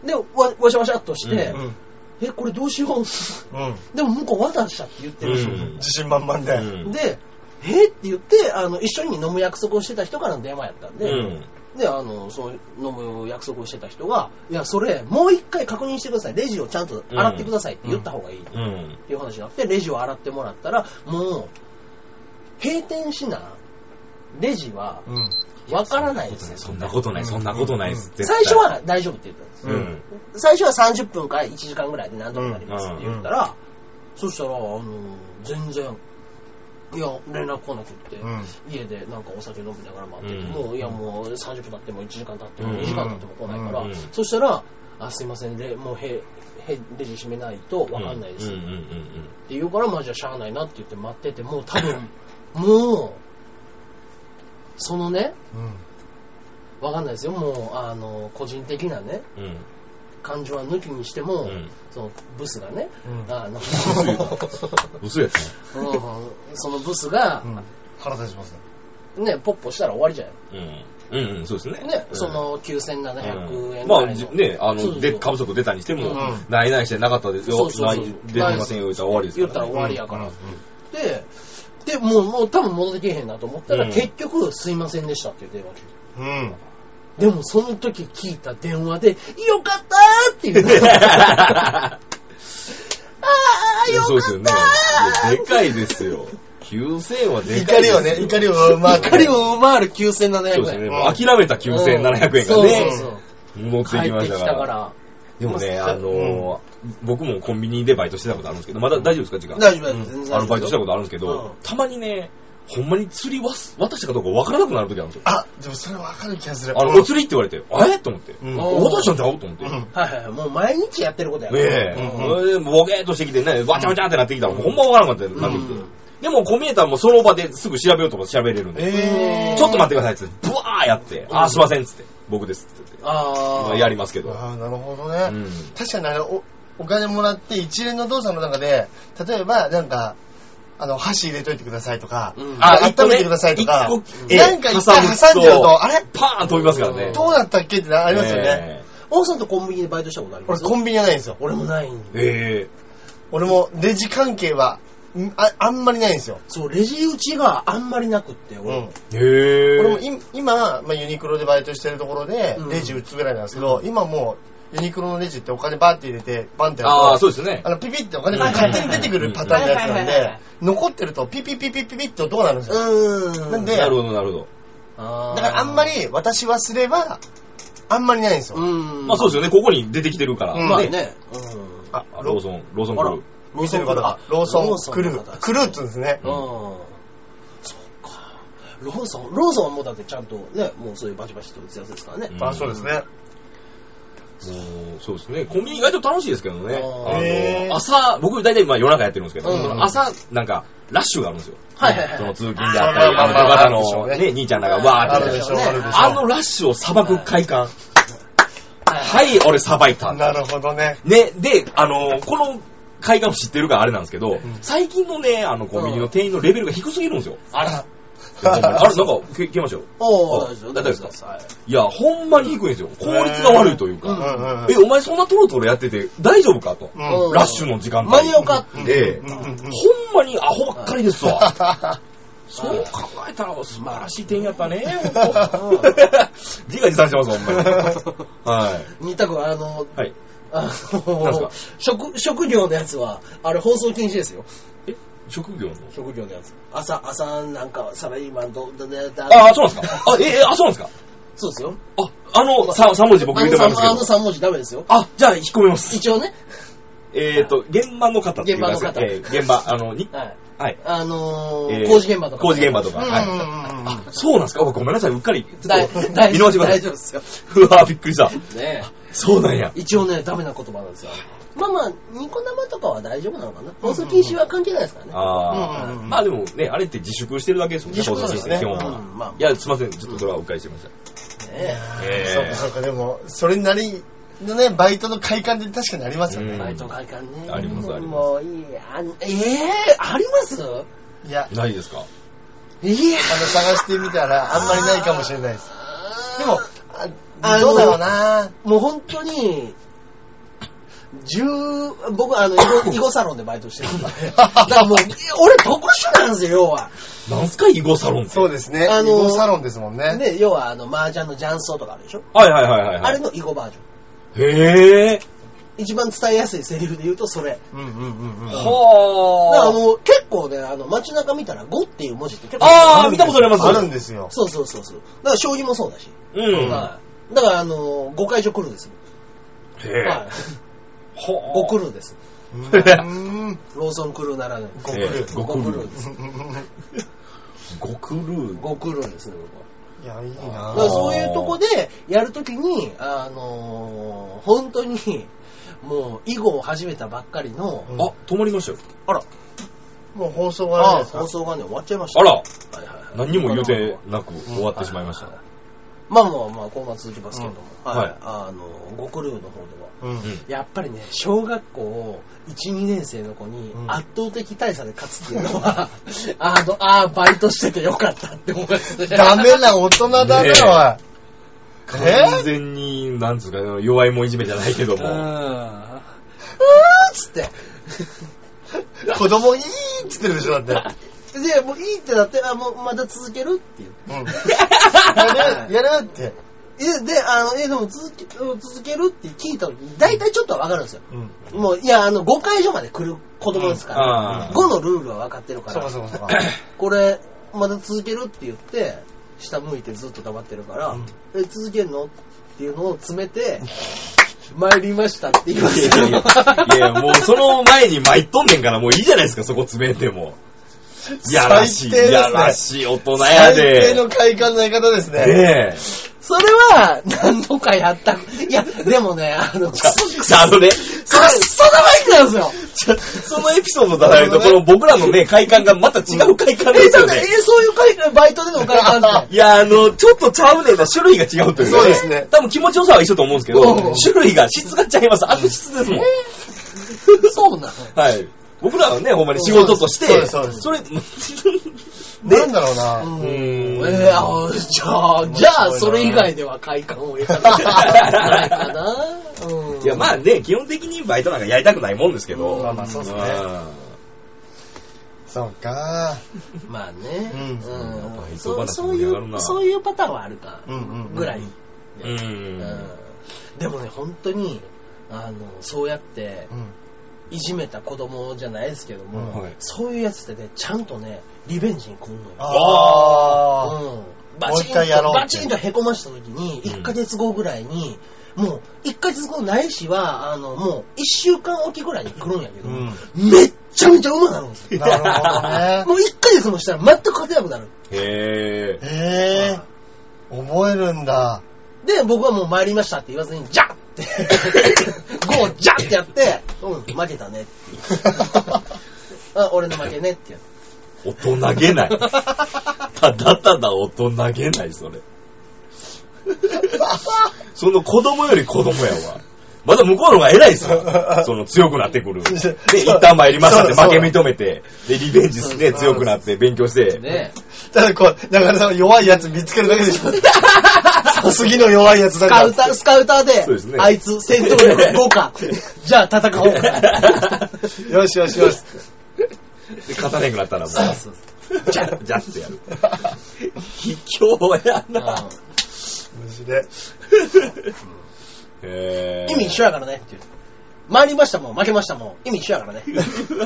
で、わ、わしゃわしゃっとして、え、これどうしよう。でも向こう渡したって言ってるし。 自信満々で。 で、えって言って、あの、一緒に飲む約束をしてた人からの電話やったんで、で、あの、そう飲む約束をしてた人が、いや、それ、もう一回確認してください。レジをちゃんと洗ってくださいって言った方がいい。っていう話になって、レジを洗ってもらったら、もう、閉店しな、レジは、わからないですよ。 そんなことない、そんなことないです。 最初は大丈夫って言ったんです。うん、最初はさんじゅっぷんからいちじかんぐらいで何とかなりますって言ったら、そしたら、あの、全然、いや、連絡来なくって、うん、家でなんかお酒飲みながら待ってて、うん、もう、いやもうさんじゅっぷん経ってもいちじかん経ってもにじかん経っても来ないから、うん、そしたら、あ、すいません、レもうへへレジ閉めないとわかんないです。って言うから、まあじゃあしゃあないなって言って待ってて、もう多分、もう、そのね、うん、わかんないですよ、もう、あの、個人的なね、うん、感情は抜きにしても、うん、そのブスがね、うん、あの、 ブスやったね、うん、そのブスが、うん、 腹立ちますね。ね、ポッポしたら終わりじゃん。 うん、うん、うん、そうですね。 ね、うん、そのきゅうせんななひゃくえんぐらいの。 まあ、ね、あの、そうそうで、過不足出たにしても、うん、ないないしてなかったですよ、ない、出てませんよ、言ったら終わりですから、ね。 言ったら終わりやから。うん、で、で、もう、もう多分戻ってけえへんなと思ったら、うん、結局、すいませんでしたっていう電話来て。うん。でも、その時聞いた電話で、よかったーっていう。ああ、よかったーそうですよね。 でかいですよ。きゅうせんえんはでかいですよ。怒りをね、怒りを上回る。 怒りを上回るきゅうせんななひゃくえん。 そうですね。もう諦めたきゅうせんななひゃくえんがね、そうそうそう。持ってきましたから。帰ってきたから。でもね、あのー、僕もコンビニでバイトしてたことあるんですけど、まだ大丈夫ですか時間。 大丈夫です。 あの、バイトしたことあるんですけど、うん、たまにね、ほんまに釣り渡したかどうか分からなくなる時あるんですよ。 あ、でもそれ分かる気がする。 あの、お釣りって言われて、えと思って。うん、渡したんちゃうと思って。うん、 はいはい。もう毎日やってることやから。ねえ。ボケーっとしてきてね、わちゃわちゃってなってきたら、ほんま分からなかったなってきて。でも、コンビニやったらもうその場ですぐ調べようと思って調べれるんで。えー、ちょっと待ってくださいって、ブワーやって、あーすいませんっつって、僕ですって言って。ああ。やりますけど。 ああ、なるほどね。うん、確かにあれお、お金もらって一連の動作の中で、例えば、なんか、あの、箸入れといてくださいとか、うん、あ、温めてくださいとか、ね、なんか一回挟んじゃうと、あれパーン飛びますからね。 どうだったっけってありますよね。 王さんとコンビニでバイトしたことあります？ 俺コンビニはないんですよ。 俺もないんええ。 俺もレジ関係は、あ, あんまりないんですよ。 そう、レジ打ちがあんまりなくって、俺。うん、へぇ俺も今、まあ、ユニクロでバイトしてるところで、レジ打つぐらいなんですけど、うん、今もう、ユニクロのレジってお金バーって入れて、バンってやると、 ああ、そうですね。 あの、ピピってお金が勝手に出てくるパターンのやつなんで、残ってるとピピピピピピって音が鳴るんですよ。うん。なんで、 なるほど、なるほど。 あだからあんまり、私はすれば、あんまりないんですよ。うん。まあそうですよね、ここに出てきてるから。 うん、まあね。うん。 あ、ローソン、ローソン来る。 見てる方が、ローソン、クルー、クルーって言うんですね。うん。 そうか。ローソン、ローソンはもうだってちゃんとね、もうそういうバチバチと打つやつですからね。 あ、そうですね。 そうですね。コンビニ意外と楽しいですけどね。あの、朝、僕大体まあ夜中やってるんですけど、朝、なんか、ラッシュがあるんですよ。 はいはいはい。 その通勤であったり、あの方のね、兄ちゃんらがわーってやってる。あのラッシュをさばく快感。はい、俺さばいた。 なるほどね。 ね、で、あの、この、快感を知ってるからあれなんですけど、うん、最近のね、あのコンビニの店員のレベルが低すぎるんですよ。 あら。 あれ、なんか、消えましたよ。 おー、 大丈夫ですか？いや、ほんまに低いんですよ。効率が悪いというか。え、お前そんなトロトロやってて大丈夫かと。ラッシュの時間帯。 間に合うかって。 ほんまにアホばっかりですわ。そう考えたら素晴らしい点やったね。自画自賛してます、ほんまに。はい。 似たく、あの、はい。あの職、職業のやつは、あれ放送禁止ですよ。 え職業の職業のやつ。朝、朝なんかサラリーマンと、 ああ、そうなんですかあ、え、え、あ、そうなんですかそうですよ。 あ、あの、さ、さん文字僕言ってもらいますけど。 あのさん文字ダメですよ。 あ、じゃあ引っ込めます。 一応ね。 えっと、現場の方って言いますか？ 現場の方。 えー、現場、あの、に、 はい。 はい。 あのー、工事現場とか。 工事現場とか。はい。あ、そうなんですか？ごめんなさい、うっかり。 大丈夫。大丈夫ですよ。 うわぁ、びっくりした。 ねそうなんや。 一応ね、ダメな言葉なんですよ。まあまあ、ニコ生とかは大丈夫なのかな。放送禁止は関係ないですからね。 ああ。まあでもね、あれって自粛してるだけですもんね。 自粛ですね。 基本は。いや、すいません。ちょっとそれはうっかりしてました。 ね。 そうかそうか、でも、それなりのね、バイトの快感で確かにありますよね。 バイトの快感ね。 ありますあります。 もういいや、えぇ、あります？ いや、 ないですか？ いやあの、探してみたらあんまりないかもしれないです。でも、あどうだろうな。 もう本当に、十、僕あの、囲碁サロンでバイトしてるんで。だからもう、俺特殊なんですよ、要は。 なんすか、囲碁サロンって。 そうですね。あの、囲碁サロンですもんね。 で、要はあの、麻雀の雀荘とかあるでしょ？ はいはいはいはい、はい。 あれの囲碁バージョン。へぇー。 一番伝えやすいセリフで言うとそれ。 うんうんうんうん。 はぁー。だからあの、結構ね、あの、街中見たらごっていう文字って結構あー、見たことあります。 あるんですよ。 そうそうそうそう。だから将棋もそうだし。 うん。 はい。だからあの、ご会場来るんですよ。 へぇー。はい。 ごクルーです。 うーん。 ローソンクルーならぬ。 ごクルー。 ごクルーです。 ごクルー。 ごクルーですね、僕は。 いや、いいなだからそういうとこでやるときに、あのー、本当に、もう、囲碁を始めたばっかりの、 うん、あ、止まりましたよ。 あら。 もう放送がね、 放送がね、終わっちゃいました。 あら。 はいはいはい、 何にも予定なく終わってしまいました。うんはいはいはい、 まあまあまあ、このまま続きますけれども、 うん、 はい。 はい、 あの、ごクルーの方では、 うん、 やっぱりね、小学校いち、にねん生の子に圧倒的大差で勝つっていうのは、うん、あの、ああ、バイトしててよかったって思いますね。 ダメな大人だね、おい。 完全に、なんつうか、弱いもんいじめじゃないけども。うーん。 うーつって。 子供いいっつってるでしょ、だって。 で、もういいってなって、あ、もうまた続けるっていう。 うん。やる、やるって。 で、あの、え、でも続け、続けるって聞いた時に、大体ちょっとは分かるんですよ。うん、もう、いや、あの、ご会場まで来る子供ですから、うん、ごのルールは分かってるから、 そうそうそうこれ、まだ続けるって言って、下向いてずっと黙ってるから、うん、え、続けるのっていうのを詰めて、参りましたって言いますよ。 いやいや、いやもうその前に参っとんねんから、もういいじゃないですか、そこ詰めても。やらしい、ね、やらしい大人やで。 最低の快感の言い方ですね。 ねえ。 それは、何度かやった。いや、でもね、あの、 じゃあ、あのね、 それ、その前なんですよ。 そのエピソードだられると、この僕らのね、快感がまた違う快感ですよね。 え、そういう快感、バイトでの快感って。 いや、あの、ちょっとちゃうねんな、種類が違うというか、ね。 そうですね。 多分気持ちよさは一緒と思うんですけど、種類が、質が違います。悪質ですもん。 そうなの？ はい。僕らはね、ほんまに仕事として、 そうです、 それ、 なんだろうな。 うん。えー、あじゃあ、じゃあ、それ以外では快感を得たことないかな。うん。 いや、まあね、基本的にバイトなんかやりたくないもんですけど。 まあまあ、そうですね。そうか。 まあね。うん。 うん。そういう、 そういうパターンはあるか。 うんうん。 ぐらい。 うん。 でもね、本当に、あの、そうやって、いじめた子供じゃないですけども、うんはい、そういうやつってね、ちゃんとね、リベンジに来るのよ。 ああ、 うん。バチンと、バチンとへこました時に、いっかげつごぐらいに、うん、もう、いっかげつごないしは、あの、もう、いっしゅうかんおきぐらいに来るんやけど、うん、めっちゃめちゃうまなるんですよ。 なるほどね。 もういっかげつもしたら全く勝てなくなる。 へぇー。へぇー。覚えるんだ。 で、僕はもう参りましたって言わずに、ジャッって、ゴージャッってやって、うん、負けたねってあ。俺の負けねってやって。大人げない。ただただ大人げない、それ。その子供より子供やわ。まだ向こうの方が偉いですよ。その強くなってくる。で、一旦参りましたって負け認めて、で、リベンジして、強くなって勉強して。ね。 ただこう、中根さんは弱いやつ見つけるだけでしょ。次の弱いやつだから。 スカウター、スカウターで、そうですね、あいつ戦闘力ごか。じゃあ戦おうか。 よしよしよし。 で、勝たねえくなったらもう。そうそうそう。じゃあ、じゃあってやる。卑怯やな。 マジで。 へ意味一緒やからねっていう。回りましたもん、負けましたもん、意味一緒やからね。うん、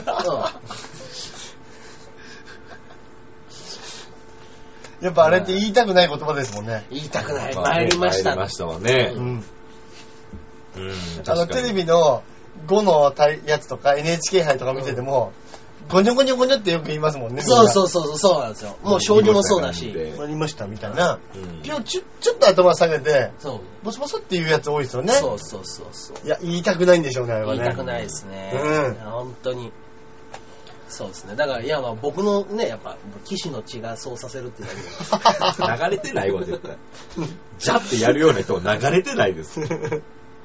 やっぱあれって言いたくない言葉ですもんね。 言いたくない。参りました。 参りましたわね。 うん。うん、あのテレビのごのやつとか エヌエイチケー 杯とか見てても、ゴニョゴニョゴニョってよく言いますもんね。 そうそうそうそうなんですよ。もう将棋もそうだし。 参りましたみたいな。うん、ちょちょっと頭下げて、そうボソボソっていうやつ多いですよね。 そうそうそうそう。 いや言いたくないんでしょうねあれはね。 言いたくないですね。うん。本当に。 そうですね。だから、いや、まあ僕のね、やっぱ、騎士の血がそうさせるっていうだけ流れてないわ、絶対。ジャってやるような人は流れてないです。まあね、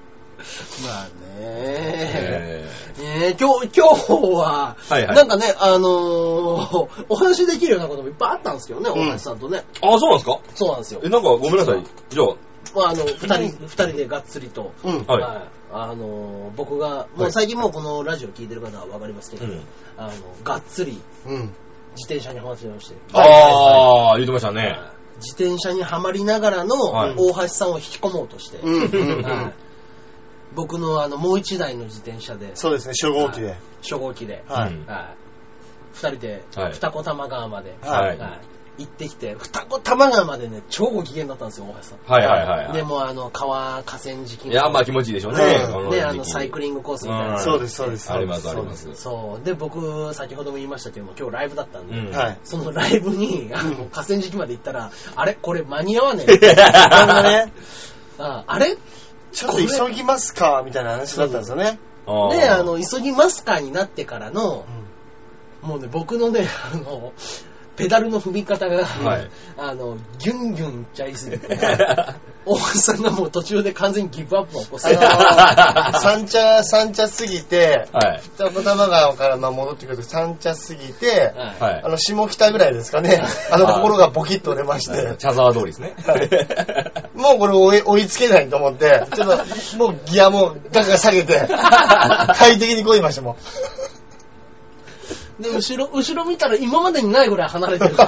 えーえー、今日、今日は、はいはい、なんかね、あのー、お話できるようなこともいっぱいあったんですけどね、大橋さんとね。 ああ、そうなんですか？ そうなんですよ。 え、なんかごめんなさい。じゃあ、 まあ、あの、二人、二人でがっつりと、うん、はい。あの、僕が、もう最近もうこのラジオ聞いてる方はわかりますけど、うん、あの、がっつり、うん、自転車にハマってまして。 ああ、言ってましたね。 自転車にはまりながらの大橋さんを引き込もうとして、はい、僕のあの、もう一台の自転車で。 そうですね、初号機で。 初号機で。はい。はい。二人で、二子玉川まで。はい。はい、行ってきて、二子玉川までね、超ご機嫌だったんですよ、大橋さん。 はいはいはい、はい。 でも、あの、川、河川敷いや、まあ気持ちいいでしょうね。 ね、あの、サイクリングコースみたいな。 そうです、そうです。 あります、あります。 そう。で、僕、先ほども言いましたけども、今日ライブだったんで、うん、はい。そのライブに、あの、河川敷まで行ったら、あれこれ間に合わねえ。ね、あ, あれちょっと急ぎますかみたいな話だったんですよね。 で、あの、急ぎますかになってからの、うん、もうね、僕のね、あの、ペダルの踏み方が、はい、あの、ギュンギュンいっちゃいすぎて、大橋さんがもう途中で完全にギブアップを起こす。 あのー、三茶、三茶すぎて、はい、二子玉川からまあ戻ってくると三茶すぎて、はい、あの、下北ぐらいですかね、あの心がボキッと折れまして。 茶沢通りですね。 もうこれ追い、追いつけないと思って、ちょっと、もうギアもガンガン下げて、快適にこいましたもん。 で、後ろ、後ろ見たら今までにないぐらい離れてるから。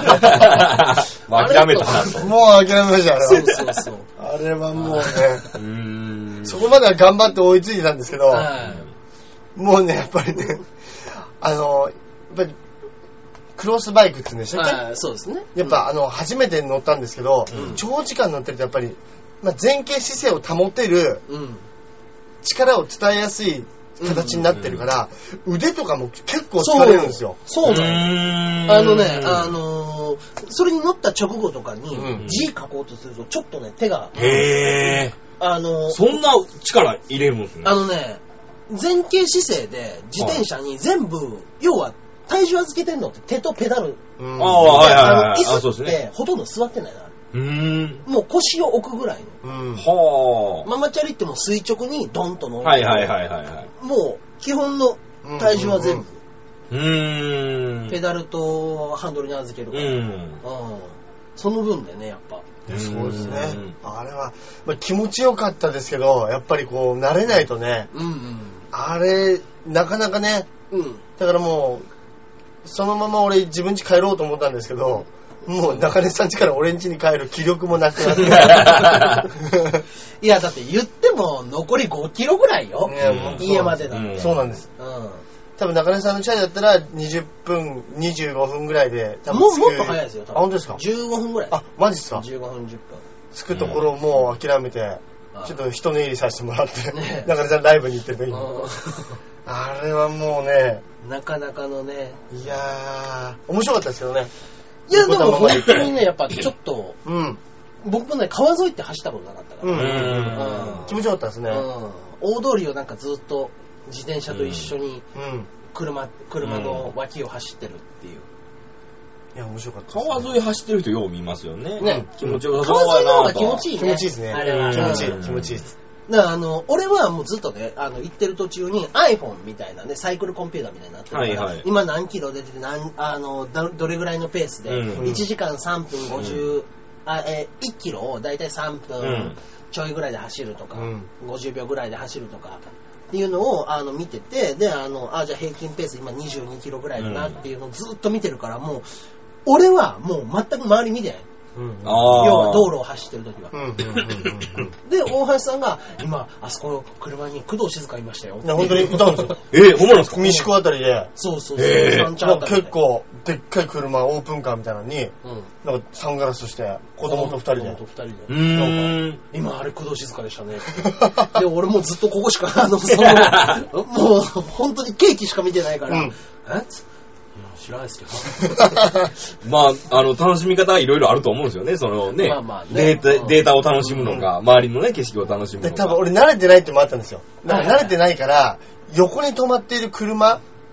もう諦めたなと。 もう諦めました、あれは。 そうそうそう。 あれはもうね、うーんそこまでは頑張って追いついてたんですけど、もうね、やっぱりね、あの、やっぱり、クロスバイクって言うんでしたっけ？ そうですね。 やっぱ、あの、初めて乗ったんですけど、うん、長時間乗ってるとやっぱり、まあ、前傾姿勢を保てる、力を伝えやすい、形になってるから、うんうん、腕とかも結構疲れるんですよ。 そうなの。あのね、あのー、それに乗った直後とかに、うん、G 書こうとすると、ちょっとね、手が。 へー。あのー、そんな力入れるんですね。 あのね、前傾姿勢で自転車に全部、はい、要は体重預けてんのって手とペダル。 うん、ああ、はいはいはい。 椅子ってほとんど座ってないな。 うーんもう腰を置くぐらいの。うん、はあ。ママチャリってもう垂直にドンと乗る。 はいはいはいはい、はい。 もう基本の体重は全部。 うーん。 ペダルとハンドルに預けるから。うん。うん。その分でね、やっぱ。 そうですね。あれは、まあ、気持ちよかったですけど、やっぱりこう慣れないとね。うんうん。あれ、なかなかね。うん。だからもう、そのまま俺自分家帰ろうと思ったんですけど、もう中根さん家から俺ん家に帰る気力もなくなっていやだって言っても残りごキロぐらいよ、うん、家までだ、 うん、そうなんです、うん、多分中根さんのチャリだったらにじゅっぷんにじゅうごふんぐらいで多分もうもっと早いですよ多分。 あ本当ですか？ じゅうごふんぐらい。 あマジっすか？ じゅうごふんじゅっぷん着くところをもう諦めて、うん、ちょっと一寝入りさせてもらって、ね、中根さんライブに行ってる時にあれはもうねなかなかのねいやー面白かったですけどね。 いやでも本当にねやっぱちょっと、うん、僕もね川沿いって走ったことなかったから、うんうんうん、気持ちよかったですね、うん、 大通りをなんかずっと自転車と一緒に車、車の脇を走ってるっていう、 いや面白かったです、 ね、川沿い走ってる人よう見ますよね、 ね気持ちよさそうだな。川沿いの方が気持ちいいね。 気持ちいいですね。 あれは気持ちいい気持ちいいです。 だからあの俺はもうずっとねあの行ってる途中に iPhone みたいなねサイクルコンピューターみたいになってるから、はいはい、今何キロ出てて何あのどれぐらいのペースで、うん、いちじかんさんぷんごじゅう、うん、あえー、いちキロをだいたいさんぷんちょいぐらいで走るとか、うん、ごじゅうびょうぐらいで走るとかっていうのをあの見ててであのあじゃあ平均ペース今にじゅうにキロぐらいだなっていうのをずっと見てるからもう俺はもう全く周り見てない。うん、要は道路を走ってる時は、うん、で大橋さんが今あそこの車に工藤静香いましたよ。 いや本当にいたんですよ。 えー、ほんまなんですか？ 三宿あたりで。 そうそうそう。 えー、なんか結構でっかい車オープンカーみたいなのに、うん、なんかサングラスして子供と二人で。子供と二人で。 うーん。 今あれ工藤静香でしたね。で俺もうずっとここしかあのそのもう本当にケーキしか見てないから。うん、え知らないですけどまあ、あの、楽しみ方はいろいろあると思うんですよね。そのね、まあまあねデータ、うん、データを楽しむのか、うん、周りのね、景色を楽しむのか。 多分俺慣れてないってのもあったんですよ。慣れてないから、横に止まっている車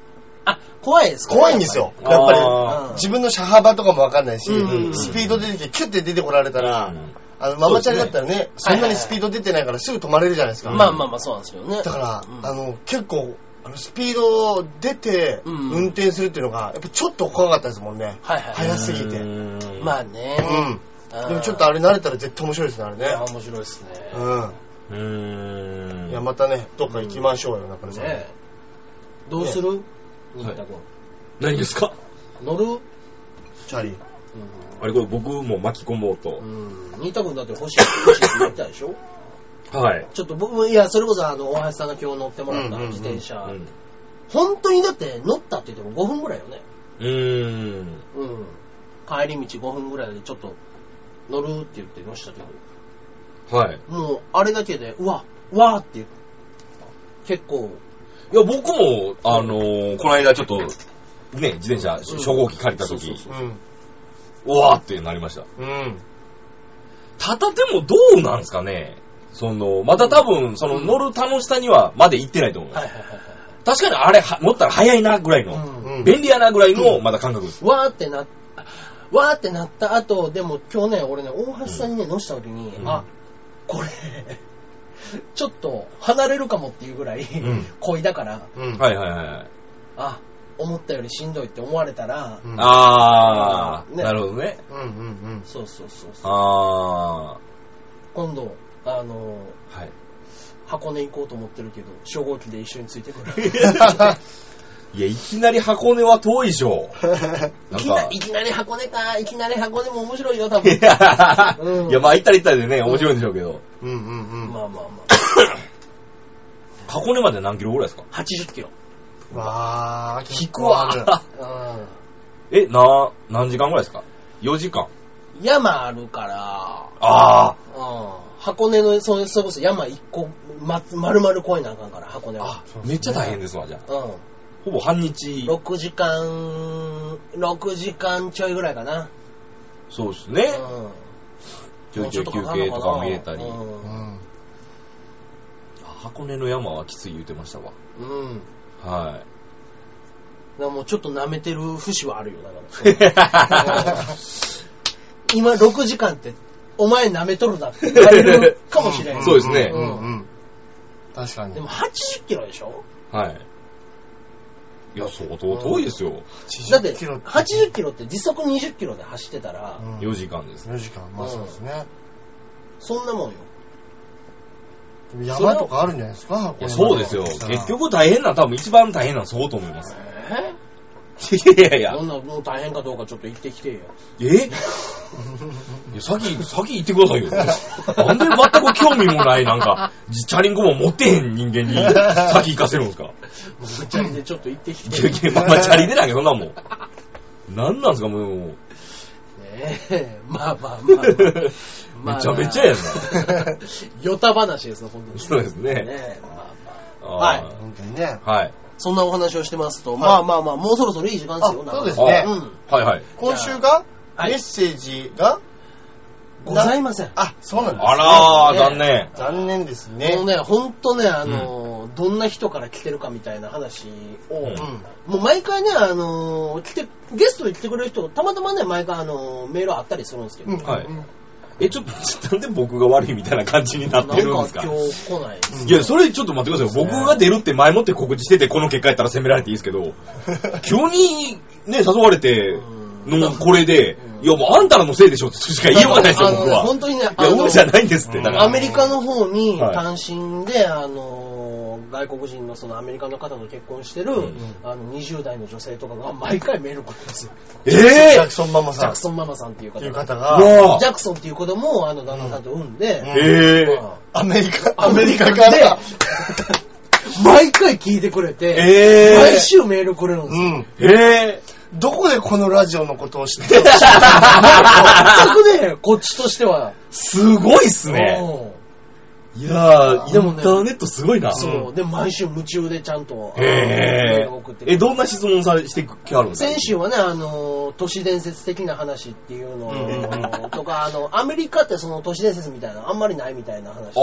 あ、怖いですか？ 怖いんですよ。やっぱり、自分の車幅とかもわかんないし、スピード出てきて、キュッて出てこられたら、あの、ママチャリだったらね、そんなにスピード出てないからすぐ止まれるじゃないですか。 まあまあまあ、そうなんですよね。 だから、あの、結構、あのスピード出て運転するっていうのがやっぱちょっと怖かったですもんね。はいはい、速すぎて。 まあね。 うん。でもちょっとあれ慣れたら絶対面白いですね、あれね。いや、面白いですね。 うん。うーん。いや、またね、どっか行きましょうよ、中根さん。ね。 どうする？新田君。 何ですか？ 乗る？ チャリ。 あれこれ僕も巻き込もうと。 うん。新田君だって欲しい欲しいって言ったでしょ？ はい。 ちょっと僕も、いや、それこそあの、大橋さんが今日乗ってもらった自転車、うんうんうん、本当にだって乗ったって言ってもごふんぐらいよね。 うーん。うん。 帰り道ごふんぐらいでちょっと乗るって言って乗したけど。はい。 もう、あれだけで、うわ、うわーって言う。結構。 いや、僕も、あのー、この間ちょっと、ね、自転車、初号機借りた時、うわーってなりました。うん。ただでもどうなんですかね。その、まだ多分、その乗る楽しさにはまで行ってないと思う。はいはいはい。確かにあれ、乗ったら早いなぐらいの、うん、便利やなぐらいの、まだ感覚です。 わーってな、わーってなった後、でも今日ね、俺ね、大橋さんにね、乗した時に、うん、あ、これ、ちょっと離れるかもっていうぐらい、うん、恋だから、 うん、はいはいはい。 あ、思ったよりしんどいって思われたら、 うん、あー、ね、なるほどね。 うんうんうん。そうそうそうそう。あー。今度、あのー、はい、箱根行こうと思ってるけど、初号機で一緒についてくる。 いや、いきなり箱根は遠いでしょ。 いきな、いきなり箱根か、いきなり箱根も面白いよ、多分。いや、うん、いやまあ行ったり行ったりでね、面白いんでしょうけど。うんうんうん。まあまあまあ。箱根まで何キロぐらいですか？ はちじゅっキロ。 わー、 引くわ。え、な、何時間ぐらいですか？よじかん。 山あるから。 ああ。 うん。箱根の、それこそ山いっこ、ま、丸々越えなあかんから、箱根は。あ、 めっちゃ大変ですわ、じゃあ。うん。ほぼ半日。 ろくじかん、ろくじかんちょいぐらいかな。 そうですね。うん。ちょいちょい休憩とかも入れたり。うん。箱根の山はきつい言うてましたわ。うん。はい。だからもうちょっと舐めてる節はあるよ、だから。今ろくじかんって、お前舐めとるなって言われるかもしれない。 そうですね。うんうん。確かに。 でもはちじゅっキロでしょ？ はい。いや、相当遠いですよ。 だって、はちじゅっキロって時速にじゅっキロで走ってたら、 うん、よじかんです。 よじかん、まあそうですね。 そんなもんよ。 山とかあるんじゃないですか？ いやそうですよ。結局大変な、多分一番大変なのそうと思います。えー、いやいや。 そんなもう大変かどうかちょっと言ってきてよ。 えいや先、先言ってくださいよ。なんで全く興味もない、なんか、チャリンコも持ってへん人間に先行かせるんですか？ チャリでちょっと言ってきて。 まあまあチャリでだけど、そんなもん。なんなんですか、もう。ねえ、まあまあまあ、まあ。 めちゃめちゃやな。 ヨタ話ですよ、本当に。 そうですね。 ねまあまあ、はい。 本当にね。 はい。 そんなお話をしてますと、はい、まあまあまあ、もうそろそろいい時間ですよ。 そうですね。 うん。はいはい。 今週が、メッセージが、 ございません。 あ、そうなんです、ね。 あらー、残念。 残念ですね。 もうね、ほんとね、あの、うん、どんな人から来てるかみたいな話を、うん、もう毎回ね、あの、来て、ゲストに来てくれる人、たまたまね、毎回あの、メールあったりするんですけど、うん、はい。 え、ちょっと、なんで僕が悪いみたいな感じになってるんですか？ なんか今日来ないです、 ね。いや、それちょっと待ってくださいよ。僕が出るって前もって告知してて、この結果やったら責められていいですけど、急にね、誘われてのこれで、いやもうあんたらのせいでしょってしか言いようがないですよ、僕は。 本当にね、 いや、うんじゃないんですって。 だからアメリカの方に単身で、あの、外国人のそのアメリカの方と結婚してる、うん、あのにじゅう代の女性とかが毎回メール来るんですよ。 えー、 ジャクソンママさん。 ジャクソンママさんっていう方が。 いう方がジャクソンっていう子供をあの旦那さんと産んで、うんうん、えーまあ、アメリカ、アメリカから。 毎回聞いてくれて、 えー、 毎週メールくれるんですよ。うん、 えーどこでこのラジオのことを知ってるの？ 全くね、こっちとしては。 すごいっすね。 いやー、でもインターネットすごいな。 そう。で、毎週夢中でちゃんと。 へー。え、どんな質問されしてきあるんですか？ 先週はね、あの、都市伝説的な話っていうのを、とか、あの、アメリカってその都市伝説みたいなあんまりないみたいな話。ああ。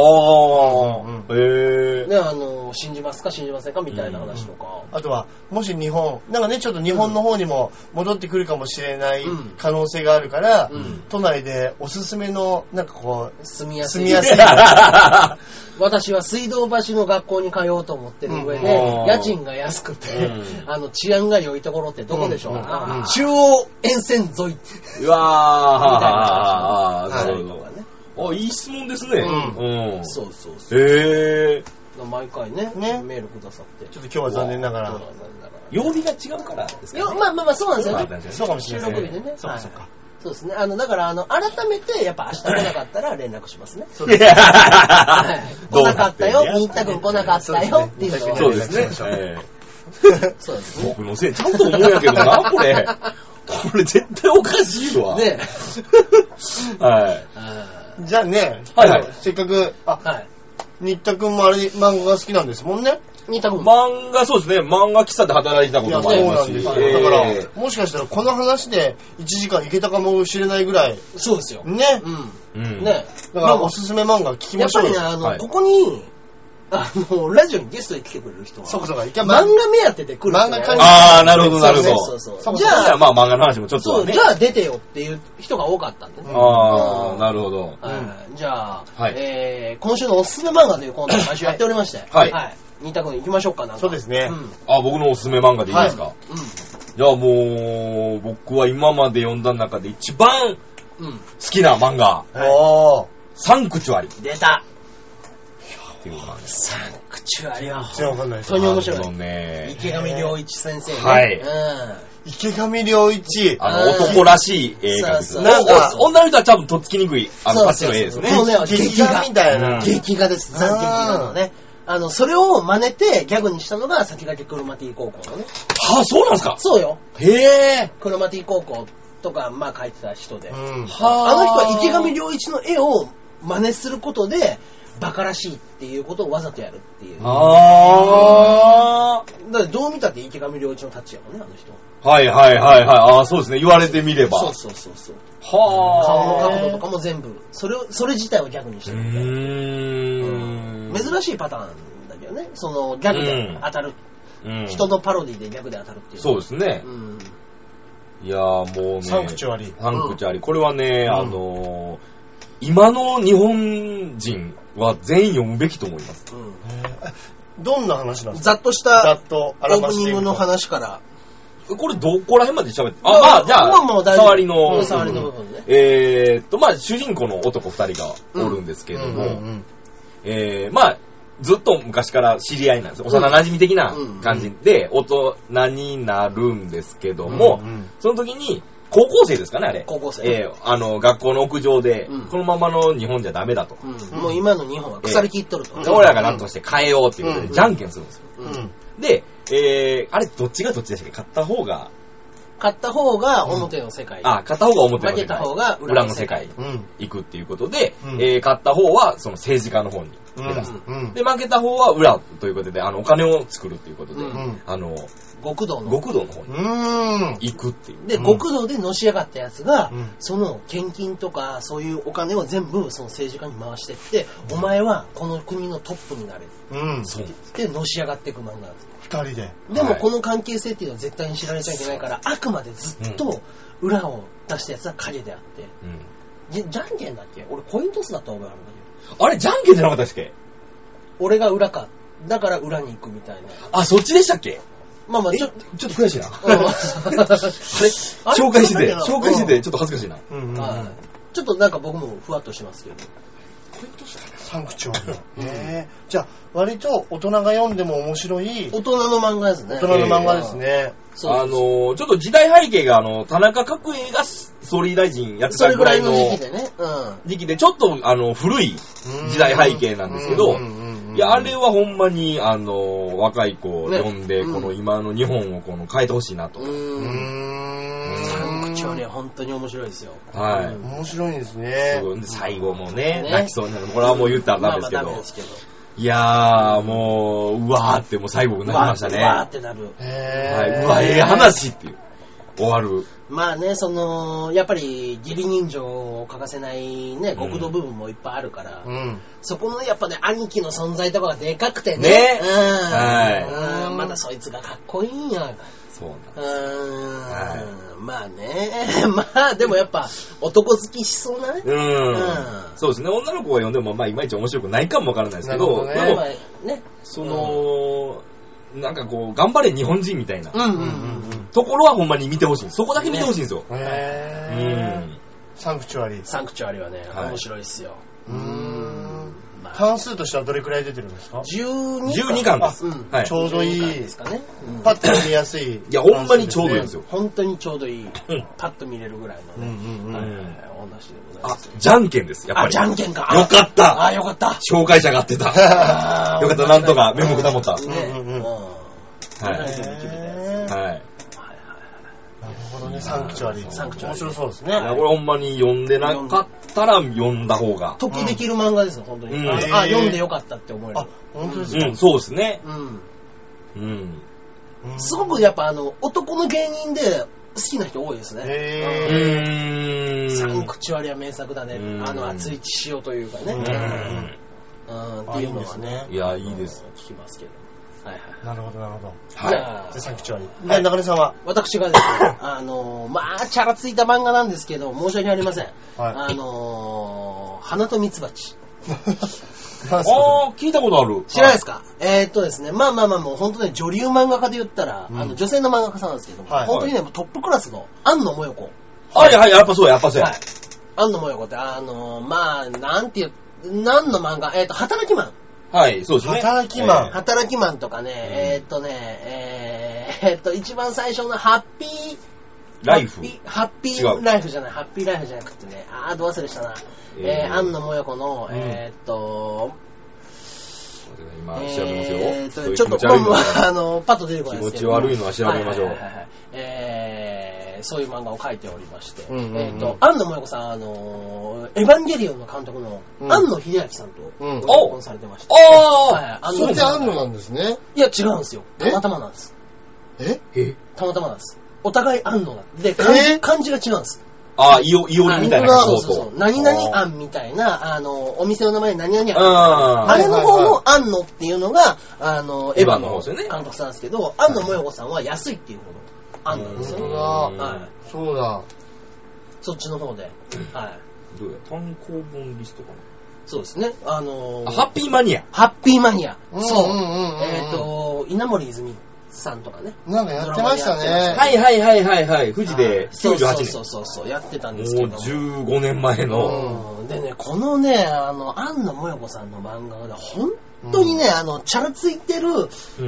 へー。 ね、あの、信じますか信じませんかみたいな話とか。 あとは、もし日本、なんかね、ちょっと日本の方にも戻ってくるかもしれない可能性があるから、うん、都内でおすすめの、なんかこう、 住みやすい。 住みやすい。 私は水道橋の学校に通おうと思ってる上で、うん、家賃が安くて、うん、あの治安が良いところってどこでしょう、うんうん、中央沿線沿い。 うわー、なるほど。あ、いい質問ですね。 うんうん、そうそうそう。 へー。 毎回ね、ねメールくださって。 ちょっと今日は残念ながら。 曜日が違うからですかね。 まあまあまあ、そうなんですよね。 そうかもしれない。 収録日でね。 そうかそうか。 そうですね。あの、だから、あの、改めて、やっぱ明日来なかったら連絡しますね。 そうですね。 来なかったよ。新田君来なかったよ。っていうのを。 そうですね。そうですね。僕のせい、ちゃんと思うんやけどな、これ。これ絶対おかしいわ。 ねはい。 じゃあね、 はいはい。 せっかく、あ、はい。新田君もあれ、漫画が好きなんですもんね。 新田君。 漫画、そうですね。漫画喫茶で働いてたこともありますし。 そうなんですよ。だから、もしかしたらこの話でいちじかんいけたかもしれないぐらい。 そうですよ。 ね。 うん。ね。 だからおすすめ漫画聞きましょうよ。 やっぱりね、あの、ここに、あの、ラジオにゲストで来てくれる人は。 そうかそうか。 漫画目当てで来る人。 漫画関係。ああ、なるほどなるほど。 そうそうそう。 じゃあ、まあ漫画の話もちょっとそう、じゃあ出てよっていう人が多かったんでね。 ああ、なるほど。 じゃあ、えー、今週のおすすめ漫画というコーナーを毎週やっておりまして。 はい。 新田君行きましょうかな。 そうですね。 あ、僕のおすすめ漫画でいいですか？うん。じゃあもう、僕は今まで読んだ中で一番好きな漫画。 おー。 サンクチュアリ。 出た。 っていうことなんです。 サンクチュアリは全然わかんないです。 本当に面白い。 ね、 池上良一先生ね。 はい。 うん。 池上良一。 あの、男らしい映画です。なんか、女の人は多分とっつきにくい、あの、パッチの絵ですね。 そうね、 劇画みたいな。 劇画です。ザ・劇画のね。あの、それを真似てギャグにしたのが先駆けクロマティ高校のね。 はあ、そうなんですか？ そうよ。 へえ。 クロマティ高校とか、まあ描いてた人で。 うん、 はあ。あの人は池上良一の絵を真似することで、バカらしいっていうことをわざとやるっていう。 ああ。 だからどう見たって池上良一のタッチやもんね、あの人。 はいはいはいはい。ああ、そうですね。言われてみれば。 そうそうそうそう。 はあ。 顔の角度とかも全部、それを、それ自体をギャグにしてるみたいな。うーん。珍しいパターンだけどね。そのギャグで当たる。うん、人のパロディでギャグで当たるっていう。 そうですね。うん、いやーもうね。 サンクチュアリ。 サンクチュアリ。これはね、うん、あのー、今の日本人は全員読むべきと思います。 うん、どんな話なんですか？ ざっとしたざっとオープニングの話から。 これどこら辺まで喋って、あ、まあ、じゃあ、触りの、 触りの部分ね。 えーっと、まあ、主人公の男二人がおるんですけれども、えー、まあ、ずっと昔から知り合いなんですよ。幼馴染的な感じで、大人になるんですけども、その時に、高校生ですかね、あれ。 高校生。 えー、あの、学校の屋上で、うん、このままの日本じゃダメだと。 うん、もう今の日本は腐りきっとると。 えー、俺らが何として変えようっていうことで、じゃんけんするんですよ。うん、で、えー、あれ、どっちがどっちでしたっけ？勝った方が。 勝った方が表の世界。 うん、あ、勝った方が表の世界。 負けた方が裏の世界。行くっていうことで、うん、えー、勝った方はその政治家の方に目指す。うん、で、負けた方は裏ということで、あの、お金を作るっていうことで、うん、あの、 極道の極道の方に行くっていう。 で、極道でのし上がったやつが、うん、その献金とかそういうお金を全部その政治家に回してって、うん、お前はこの国のトップになれる。うん、そうでのし上がっていく漫画なんです。 二人で。 でもこの関係性っていうのは絶対に知られちゃいけないから、あくまでずっと裏を出したやつは影であって、うん、じ, じゃんけんだっけ？俺コイントスだった覚えあるんだけど。あれじゃんけんじゃなかったっけ？ 俺が裏か。だから裏に行くみたいな。 あ、そっちでしたっけ？ まあまあちょっと、 ちょっと悔しいな。あれ紹介してて、紹介してて、ちょっと恥ずかしいな。 うんうん、はい。ちょっとなんか僕もふわっとしてますけど。 サンクチュアリ。へー。じゃあ、割と大人が読んでも面白い。 大人の漫画ですね。 大人の漫画ですね。 あのー、ちょっと時代背景が、あの、田中角栄が総理大臣やってたぐらいの時期でね。うん。 時期で、ちょっと、あの、古い時代背景なんですけど、いや、あれはほんまに、あの、若い子を呼んで、ね、この今の日本をこの変えてほしいなと。うーん。 サンククチュアリは本当に面白いですよ。 はい。 面白いですね。 最後もね、泣きそうになる。これはもう言ったらダメですけど。まあまあダメですけど。いやー、もう、うわーってもう最後泣きましたね。 うわーってなる。 へー。はい、うわ、ええ話っていう。終わる。 まあね、その、やっぱり義理人情を欠かせないね、極道部分もいっぱいあるから、うん、そこのやっぱね、兄貴の存在とかがでかくてね。 ね。 うん。はい。うん。まだそいつがかっこいいんや。 そうなんです。うん。 はい。まあね。まあ、でもやっぱ、男好きしそうなね。 うん。うん。そうですね。女の子が読んでも、まあ、いまいち面白くないかもわからないですけど、 ね、 でも、 ね、 その、うん、なんかこう、頑張れ日本人みたいな、 うんうんうんうん、 ところはほんまに見てほしい。そこだけ見てほしいんですよ。 ね、へー。うん。サンクチュアリ。 サンクチュアリはね、はい、面白いですよ。 うーん。まあ、関数としてはどれくらい出てるんですか？ じゅうにかん。 じゅうにかんです。 うんはい、ちょうどいいですかね。 うん、パッと読みやすい。 いや、ほんまにちょうどいいんですよ。 本当にちょうどいい。うん、パッと見れるぐらいのね。 うんうんうん。 はい、お話でございます。 あ、じゃんけんです。やっぱり。 あ、じゃんけんか。 よかった。 あ、よかった。 紹介者が合ってた。よかった、なんとかメモく保った。 ね。うんうん。 はい。はい。 なるほどね、サンクチュアリー。 サンクチュアリー。 面白そうですね。 いや、これほんまに読んでなかったら読んだ方が。 得できる漫画ですよ、本当に。うん、あ、読んでよかったって思える。 あ、本当ですか？ うん、そうですね。 うん。 うん。 すごくやっぱあの、男の芸人で好きな人多いですね。 へー。サンクチュアリーは名作だね。あの、熱い血潮というかね。うん。っていうのはね。 いや、いいです。 聞きますけど。はいはい。 なるほど、なるほど。 はい。じゃあ、サンクチュアリー。はい、中根さんは？ 私がですね、あのー、まあ、チャラついた漫画なんですけど、申し訳ありません。はい。あのー、花とミツバチ。 ああ、聞いたことある。 知らないですか？えー、っとですね、まあまあまあ、もう本当ね、女流漫画家で言ったら、うん、あの、女性の漫画家さんなんですけども、はい、本当にね、トップクラスの庵野もよこ。 はいはい、やっぱそうや、やっぱそうや。はい。 庵野もよこって、あのー、まあ、なんていう、何の漫画、えー、っと、働きマン。 はい、そうですね。 働きマン。 働きマンとかね、えー、っとね、えー、えー、っと、一番最初のハッピー、 ライフ。 ハッピーライフじゃない、ハッピーライフじゃなくてね、あー、ど忘れしたな。えー、庵野もよこの、うん、えー、っと、 今調べますよ。 えー、っと、ちょっと、まあ、あの、パッと出てこないですけど。 気持ち悪いのは調べましょう。はいはいはいはい、 えー、そういう漫画を描いておりまして、うんうんうん、えー、っと、庵野もよこさん、あの、エヴァンゲリオンの監督の、うん、庵野秀明さんと結婚されてまして。 ああ、はい、それで庵野なんですね。 いや、違うんですよ。たまたまなんです。 ええたまたまなんです。お互い庵野なんで、漢, 漢字が違うんです。 ああ、いお、いおりみたいなそうそうそう。何々庵みたいな、あの、お店の名前何々庵。あれの方の庵野っていうのが、あの、エヴァの監督さんなんですけど、庵野もよこさんは安いっていう方の庵野なんですよ。 はい。そうだ。 そっちの方で。はい。 どうや、単行本リストかな。 そうですね。あのハッピーマニア。 ハッピーマニア。そう。えっと、稲森泉さんとかね。 なんかやってましたね。 はいはいはいはいはい。富士できゅうじゅうはちねん。 そうそうそうそう、やってたんですけども。 もうじゅうごねんまえの。 うん、でね、このね、あの、庵野もよこさんの漫画が本当にね、うん、あの、チャラついてる、うん、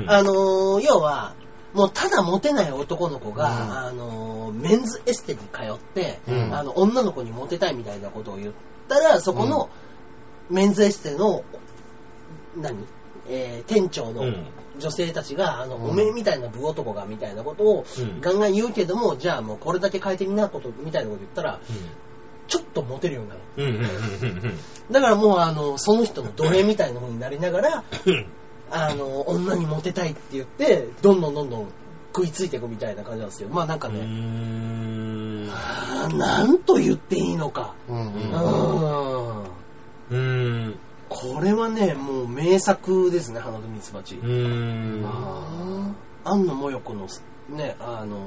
あの、要は、もうただモテない男の子が、うん、あの、メンズエステに通って、うん、あの、女の子にモテたいみたいなことを言ったら、そこのメンズエステの、何えー、店長の女性たちが、あの、うん、おめえみたいな部男がみたいなことをガンガン言うけども、うん、じゃあもうこれだけ変えてみなことみたいなこと言ったら、うん、ちょっとモテるようになる。だからもうあの、その人の奴隷みたいな風になりながら、あの、女にモテたいって言って、どんどんどんどん食いついていくみたいな感じなんですけど、まあなんかね、うーんなんと言っていいのか。うんうんうーんこれはね、もう名作ですね、花とミツバチ。うーん。庵野もよこのね、あの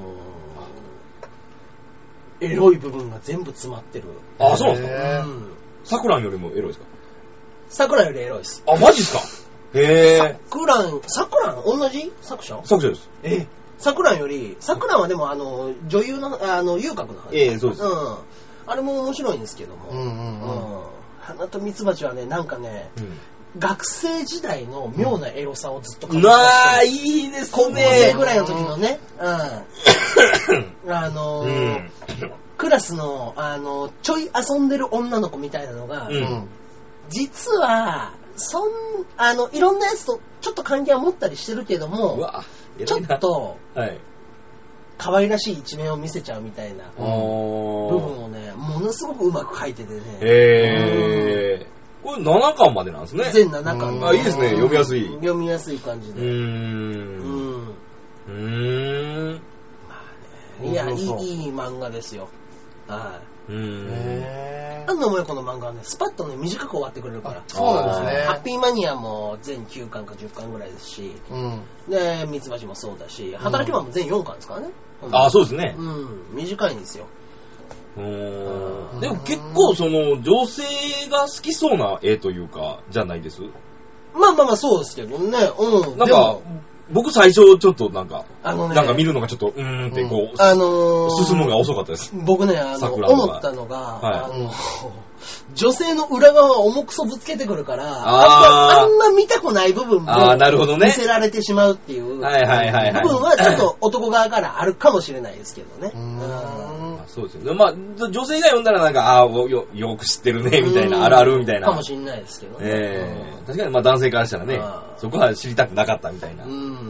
ー、エロい部分が全部詰まってる。 あ、そうなんですか。さくらんよりもエロいですか。 さくらんよりエロいです。 あ、マジですか。へー。 さくらん、さくらん同じ作者？ 作者です。 えさくらんより、さくらんはでもあの、女優の、あの、遊郭の話。 ええ、そうです。 うん。あれも面白いんですけども。うんうんうん。うん花とミツバチはね、なんかね、うん、学生時代の妙なエロさをずっと感じました。 ああ、いいですね。 高校生ぐらいの時のね、うん。あのーうん、クラスの、あの、ちょい遊んでる女の子みたいなのが、うん、実は、そん、あの、いろんなやつとちょっと関係は持ったりしてるけども、 うわちょっと、はい、 可愛らしい一面を見せちゃうみたいな部分をね、ものすごくうまく書いててね。 へー。これななかんまでなんですね。 全ななかん。 あ、いいですね。読みやすい。 読みやすい感じで。うーん。 うーん。 まあね。いや、いい、いい漫画ですよ。はい。うーん。へー。安野萌子の漫画はね、スパッとね、短く終わってくれるから。 そうなんですね。 ハッピーマニアも全きゅうかんかじゅっかんぐらいですし、うん。で、ミツバチもそうだし、働きマンも全よんかんですからね。 ああ、そうですね。 うん。短いんですよ。 うーん。でも結構その女性が好きそうな絵というかじゃないです。 まあまあまあそうですけどね。うん。 なんか僕最初ちょっとなんかあのねなんか見るのがちょっとうーんってこう、うん、 あのー、 進むのが遅かったです。 僕ねあの思ったのが、はい、あの女性の裏側を重くそぶつけてくるから、あ, あんま見たくない部分も見せられてしまうっていう部分はちょっと男側からあるかもしれないですけどね。 そうですよね。まあ、女性が読んだらなんか、ああ、よ、よく知ってるね、みたいな、あるあるみたいな。 かもしれないですけどね。 ええー、確かにまあ男性からしたらね、そこは知りたくなかったみたいな。うん。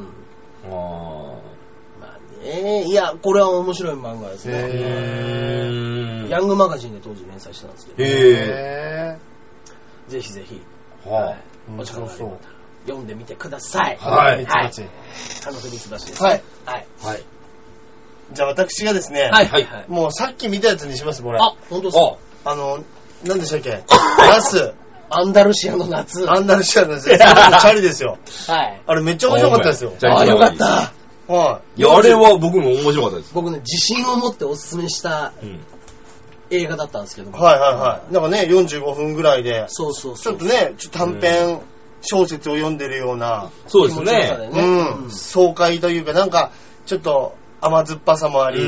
あまあね、いや、これは面白い漫画ですね。へヤングマガジンで当時連載してたんですけど。へー。ぜひぜひ。はあ。お力があれば読んでみてください。 はい。 はい。田之ミツバチです。 はい。 はい。 はい。じゃあ私がですね、 はいはいはい。 もうさっき見たやつにします、これ。 あ、本当ですか。 あの、何でしたっけ夏。 アンダルシアの夏。 アンダルシアの夏。チャリですよ。 はい。 あれめっちゃ面白かったですよ。 あ、よかった。 はい。いや、あれは僕も面白かったです。 僕ね、自信を持っておすすめした映画だったんですけども。 はいはいはい。なんかね、よんじゅうごふんぐらいで。 そうそうそう。 ちょっとね、ちょっと短編小説を読んでるような。 そうですね。 うん。爽快というか、なんか、ちょっと、甘酸っぱさもあり、うん、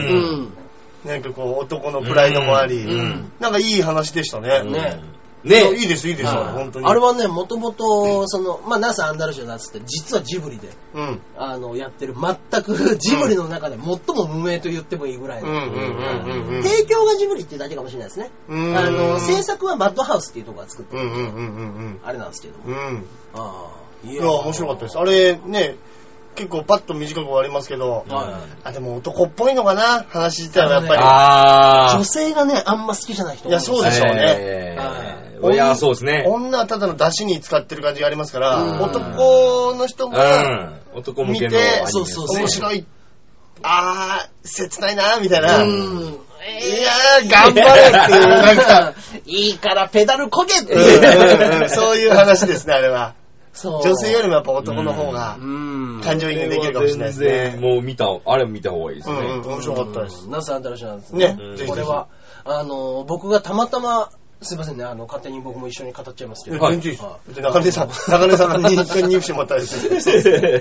なんかこう男のプライドもあり、うん、なんかいい話でしたね。 ね。 ね。いいですいいですよ、本当に。 あれはね、もともと、その、まあ、ナス・アンダルシアの夏って実はジブリで、うん、あの、やってる、全くジブリの中で最も無名と言ってもいいぐらいの。提供がジブリっていうだけかもしれないですね。あの、制作はマッドハウスっていうところが作ってる。あれなんですけども。うん、 ああ。いや、面白かったです。あれ、ね、結構パッと短く終わりますけど、はい、あでも男っぽいのかな話自体はやっぱり、 あ女性がねあんま好きじゃない人いやそうでしょうね、 えー、いやそうですね女はただの出汁に使ってる感じがありますから男の人が男向けのそうそう面白いあー切ないなみたいな、うん、いやー頑張れっていうなんかいいからペダルこげっていう、 うんうん、そういう話ですねあれは女性よりもやっぱ男の方が感情移入できるかもしれないですね。 もう見た、あれ見た方がいいですね。 うんうん、面白かったです。 ナス・アンダルシアなんですね。ね、これは、あの、僕がたまたま、すいませんね、あの、勝手に僕も一緒に語っちゃいますけど。 はい。中根さん、中根さんが認識してもらったです。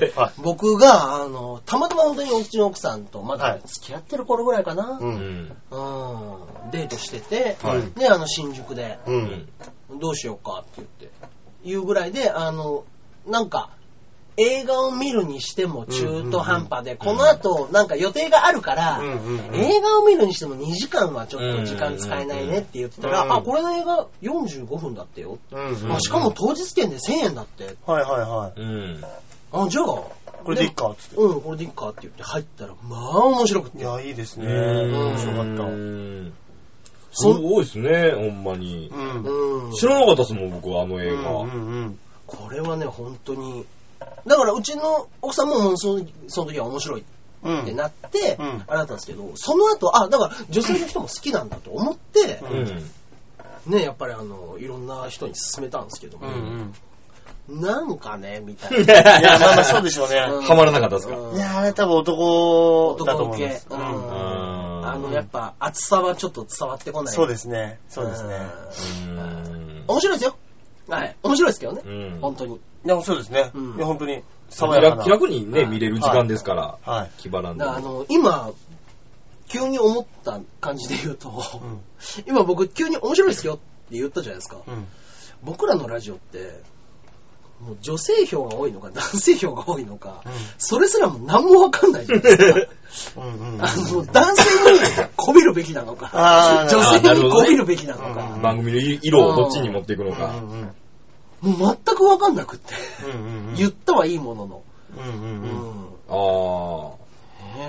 僕が、あの、たまたま本当におうちの奥さんと、まだ付き合ってる頃ぐらいかな。うん。うん。デートしてて、で、あの、新宿で、うん。どうしようかって言って。いうぐらいで、あの、なんか、映画を見るにしても中途半端で、うんうんうん、この後、なんか予定があるから、うんうんうん、映画を見るにしてもにじかんはちょっと時間使えないねって言ってたら、うんうんうん、あ、これの映画よんじゅうごふんだってよ。うんうんうん、あしかも当日券でせんえんだって。 はいはいはい。うん、 あ、じゃあ、 これでいっかっつって。 うん、これでいっかって言って入ったら、まあ面白くて。 いや、いいですね。面白かった。うんすごいですね、ほんまに、うん。知らなかったですもん、僕はあの映画。うんうんうん、 これはね、本当に。だからうちの奥さんもその、その時は面白いってなって、うん、あれだったんですけど、その後、あ、だから女性の人も好きなんだと思って、うん、ね、やっぱりあの、いろんな人に勧めたんですけども、うんうん、なんかね、みたいな。 いや、まあまあそうでしょうね。 うん、ハマらなかったですか、 うん、いや、あれ多分男だと思います。 男向け。うんあの、やっぱ、熱さはちょっと伝わってこない。 そうですね。そうですね。 面白いですよ。はい。面白いですけどね。うん、本当に。 いや、そうですね。うん、いや、本当に。 爽やかな。気楽にね、見れる時間ですから。はい。気張らんで。 あの、今、急に思った感じで言うと、うん、今僕、急に面白いですよって言ったじゃないですか。うん、僕らのラジオって、もう女性票が多いのか男性票が多いのか、うん、それすらも何もわかんないじゃないですか。うんうん、あの男性にこびるべきなのか女性にこびるべきなのか、 ね、番組の色をどっちに持っていくのか、 うんうん、もう全くわかんなくって、うんうんうん、言ったはいいものの、うんうんうん、ああ、ね、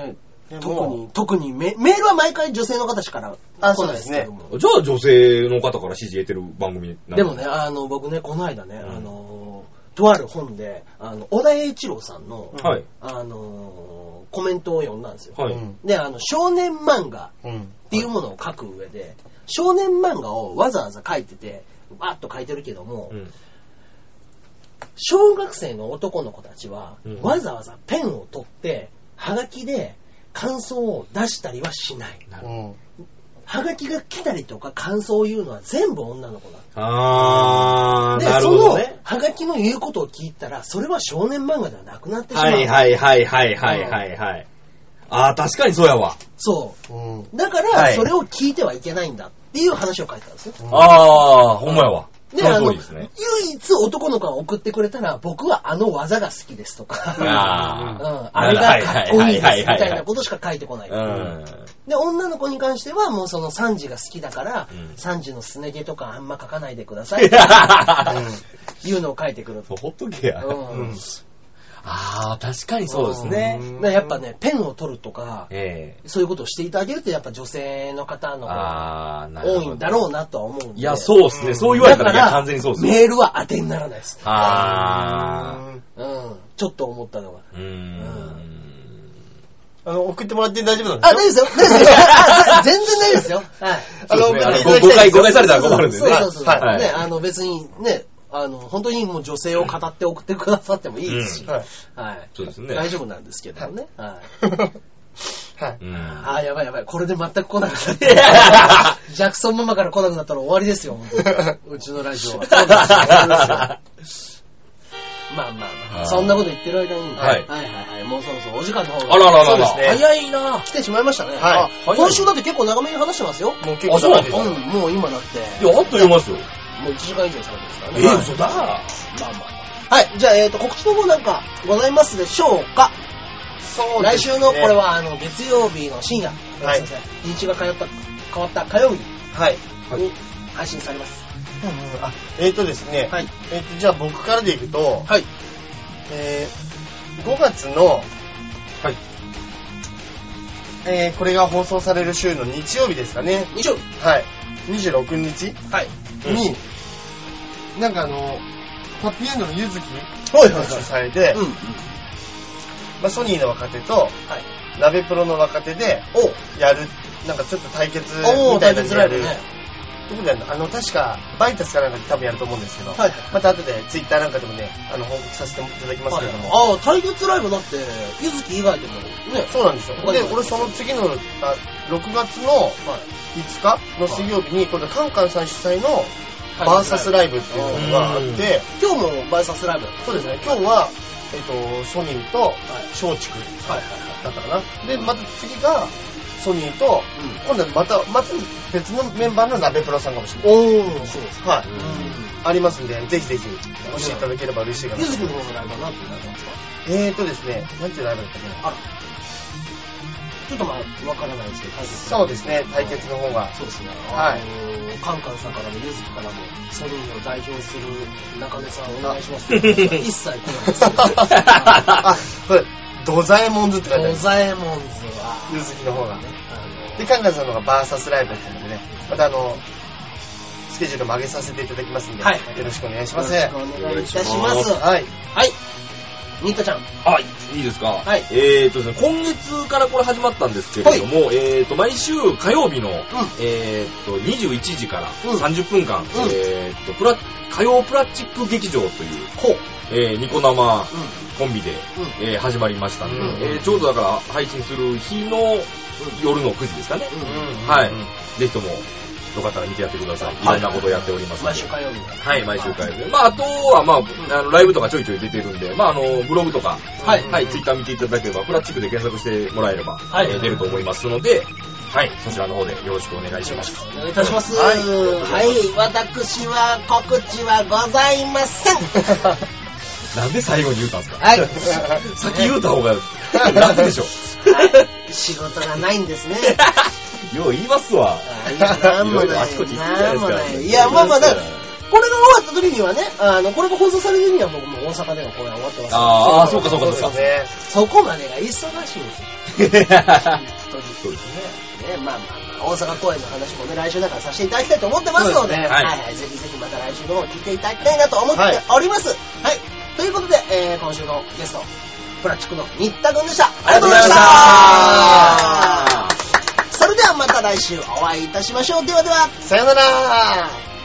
特に、特にメ、メールは毎回女性の方しか来ないですけども。 じゃあ女性の方から支持得てる番組なんでもね、あの、僕ね、この間ね、うん、あの、とある本で、あの、小田栄一郎さんの、はい、あの、コメントを読んだんですよ。はい、で、あの、少年漫画っていうものを書く上で、少年漫画をわざわざ書いてて、バーッと書いてるけども、うん、小学生の男の子たちは、うん、わざわざペンを取って、はがきで感想を出したりはしない。うん、はがきが来たりとか感想を言うのは全部女の子だ。 あー、 で、なるほどね。そのはがきの言うことを聞いたら、それは少年漫画ではなくなってしまう。 はいはいはいはいはいはいはい。うん、あー、確かにそうやわ。 そう。うん、だから、それを聞いてはいけないんだっていう話を書いてたんですよ。うん、 あー、ほんまやわ。 で、あの、ですね、唯一男の子が送ってくれたら、僕はあの技が好きですとか、あ, うん、あれがかっこいいですみたいなことしか書いてこない。で、女の子に関しては、もうそのサンジが好きだから、うん、サンジのすね毛とかあんま書かないでくださいって、うん、いうのを書いてくる。 ほっとけや。うんうん、ああ、確かにそうですね。 やっぱね、ペンを取るとか、えー、そういうことをしていただけると、やっぱ女性の方の多いんだろうなとは思うんで。 いや、そうですね。そう言われたら完全にそうですね。 メールは当てにならないです。ああ、うん。ちょっと思ったのが。うーん。 あの、送ってもらって大丈夫なんですか？ あ、大丈夫ですよ。大丈夫ですよ。あ、全然大丈夫ですよ。はい。あの、送っていただきたいです。誤解、 誤解されたら困るんでね。 そうそうそう。はい。ね、あの、別にね、あの、本当にもう女性を語って送ってくださってもいいですし、うん、はい。はい。そうですね。大丈夫なんですけどもね。はい。はい。うん、ああ、やばいやばい。これで全く来なくなって。ジャクソンママから来なくなったら終わりですよ、本当に。うちのラジオは。まあまあまあ、そんなこと言ってる間に、はい、はいはいはい、もうそろそろお時間の方が。 あらららら、そうですね。早いな。来てしまいましたね。はい。今週だって結構長めに話してますよ。 もう結構長いです。 うん、もう今だって。 いや、あっと言いますよ。 もういちじかん以上しゃべってますからね。 えー、嘘だ。まあまあ。はい、じゃあ、えっと、告知の方なんかございますでしょうか？そうですね。来週の、これは、あの、月曜日の深夜。はい。日にちが変わった、変わった火曜日。はい。に配信されます。 うんうん、あ、えっ、ー、とですね。はい。えっ、ー、と、じゃあ僕からでいくと、はい。えー、ごがつの、はい。えー、これが放送される週の日曜日ですかね。 日曜日。 はい。にじゅうろくにち、はい、に、うん、なんかあの、ハッピーエンドのゆずきが主催で、うんうん、まあ、ソニーの若手と、はい、ナベプロの若手でやる、なんかちょっと対決みたいなのやる。ということで、あの、確か、バイタスかなんかで多分やると思うんですけど、はい、また後でツイッターなんかでもね、あの、報告させていただきますけれども。 はい、ああ、対決ライブだって、ゆずき以外でもね。 そうなんですよ。で、俺その次の、あろくがつのいつかの水曜日に、今度カンカンさん主催のバーサスライブっていうのがあって、 今日もバーサスライブそうですね。今日は、えっと、ソニーと松竹だったかな。で、また次が、ソニーと、うん、今度はまた、また別のメンバーのナベプロさんかもしれない。おー、そうですか。はい。ありますんで、ぜひぜひ、お越しいただければ嬉しいかな。 ゆずきの方のライブは何ていうライブなんですか？ えーとですね、なんていうライブだったっけな。あら。 ちょっとまあ、わからないですけど、対決。 そうですね、対決の方が。 そうですね。はい。カンカンさんからもゆずきからも、ソニーを代表する中根さんお願いします。一切来ないですよ。 あ、これ。ドザエモンズって書いてある。 ドザエモンズは。 ゆずきの方がね。で、カンカンさんの方がバーサスライブっていうのでね、またあの、スケジュールも上げさせていただきますんで、はい、よろしくお願いします。よろしくお願いいたします。はい。はい。ニッタちゃん。 はい。いいですか。はい。えーとですね、今月からこれ始まったんですけれども、はい、えーと、毎週火曜日の、うん、えーと、にじゅういちじからさんじゅっぷんかん、うん、えーと、プラ、火曜プラスチック劇場という、ほう。えー、ニコ生コンビで、うんえー、始まりましたんで、うんえー、ちょうどだから配信する日の夜のくじですかね。うん、はい。ぜひとも、よかったら見てやってください。いろんなことをやっております。 毎週火曜日はい、毎週火曜日。まあ、あとは、まあ、あの、ライブとかちょいちょい出てるんで、まあ、あの、ブログとか、はい、はい、ツイッター見ていただければ、プラスチックで検索してもらえれば、はい、えー、出ると思いますので、はい、そちらの方でよろしくお願いします。 お願いいたします。はい、はい、私は告知はございません。 なんで最後に言うたんですか？はい。先言うた方が楽でしょ。 はい。仕事がないんですね。 よう言いますわ。 いや、なんもない。あちこち行ってないですから。いや、まあまあ、 これが終わった時にはね、あの、これが放送される時には僕も大阪での公演終わってます。 ああ、そうかそうかそうか。 そこまでが忙しいんですよ。そうですね。ね、まあまあまあ、大阪公演の話もね、来週だからさせていただきたいと思ってますので、ね、はい、はいはい、ぜひぜひまた来週の方聞いていただきたいなと思っております。はい。はい、ということで、えー、今週のゲスト、プラチックの新田くんでした。ありがとうございました。それではまた来週お会いいたしましょう。ではでは、 さよなら。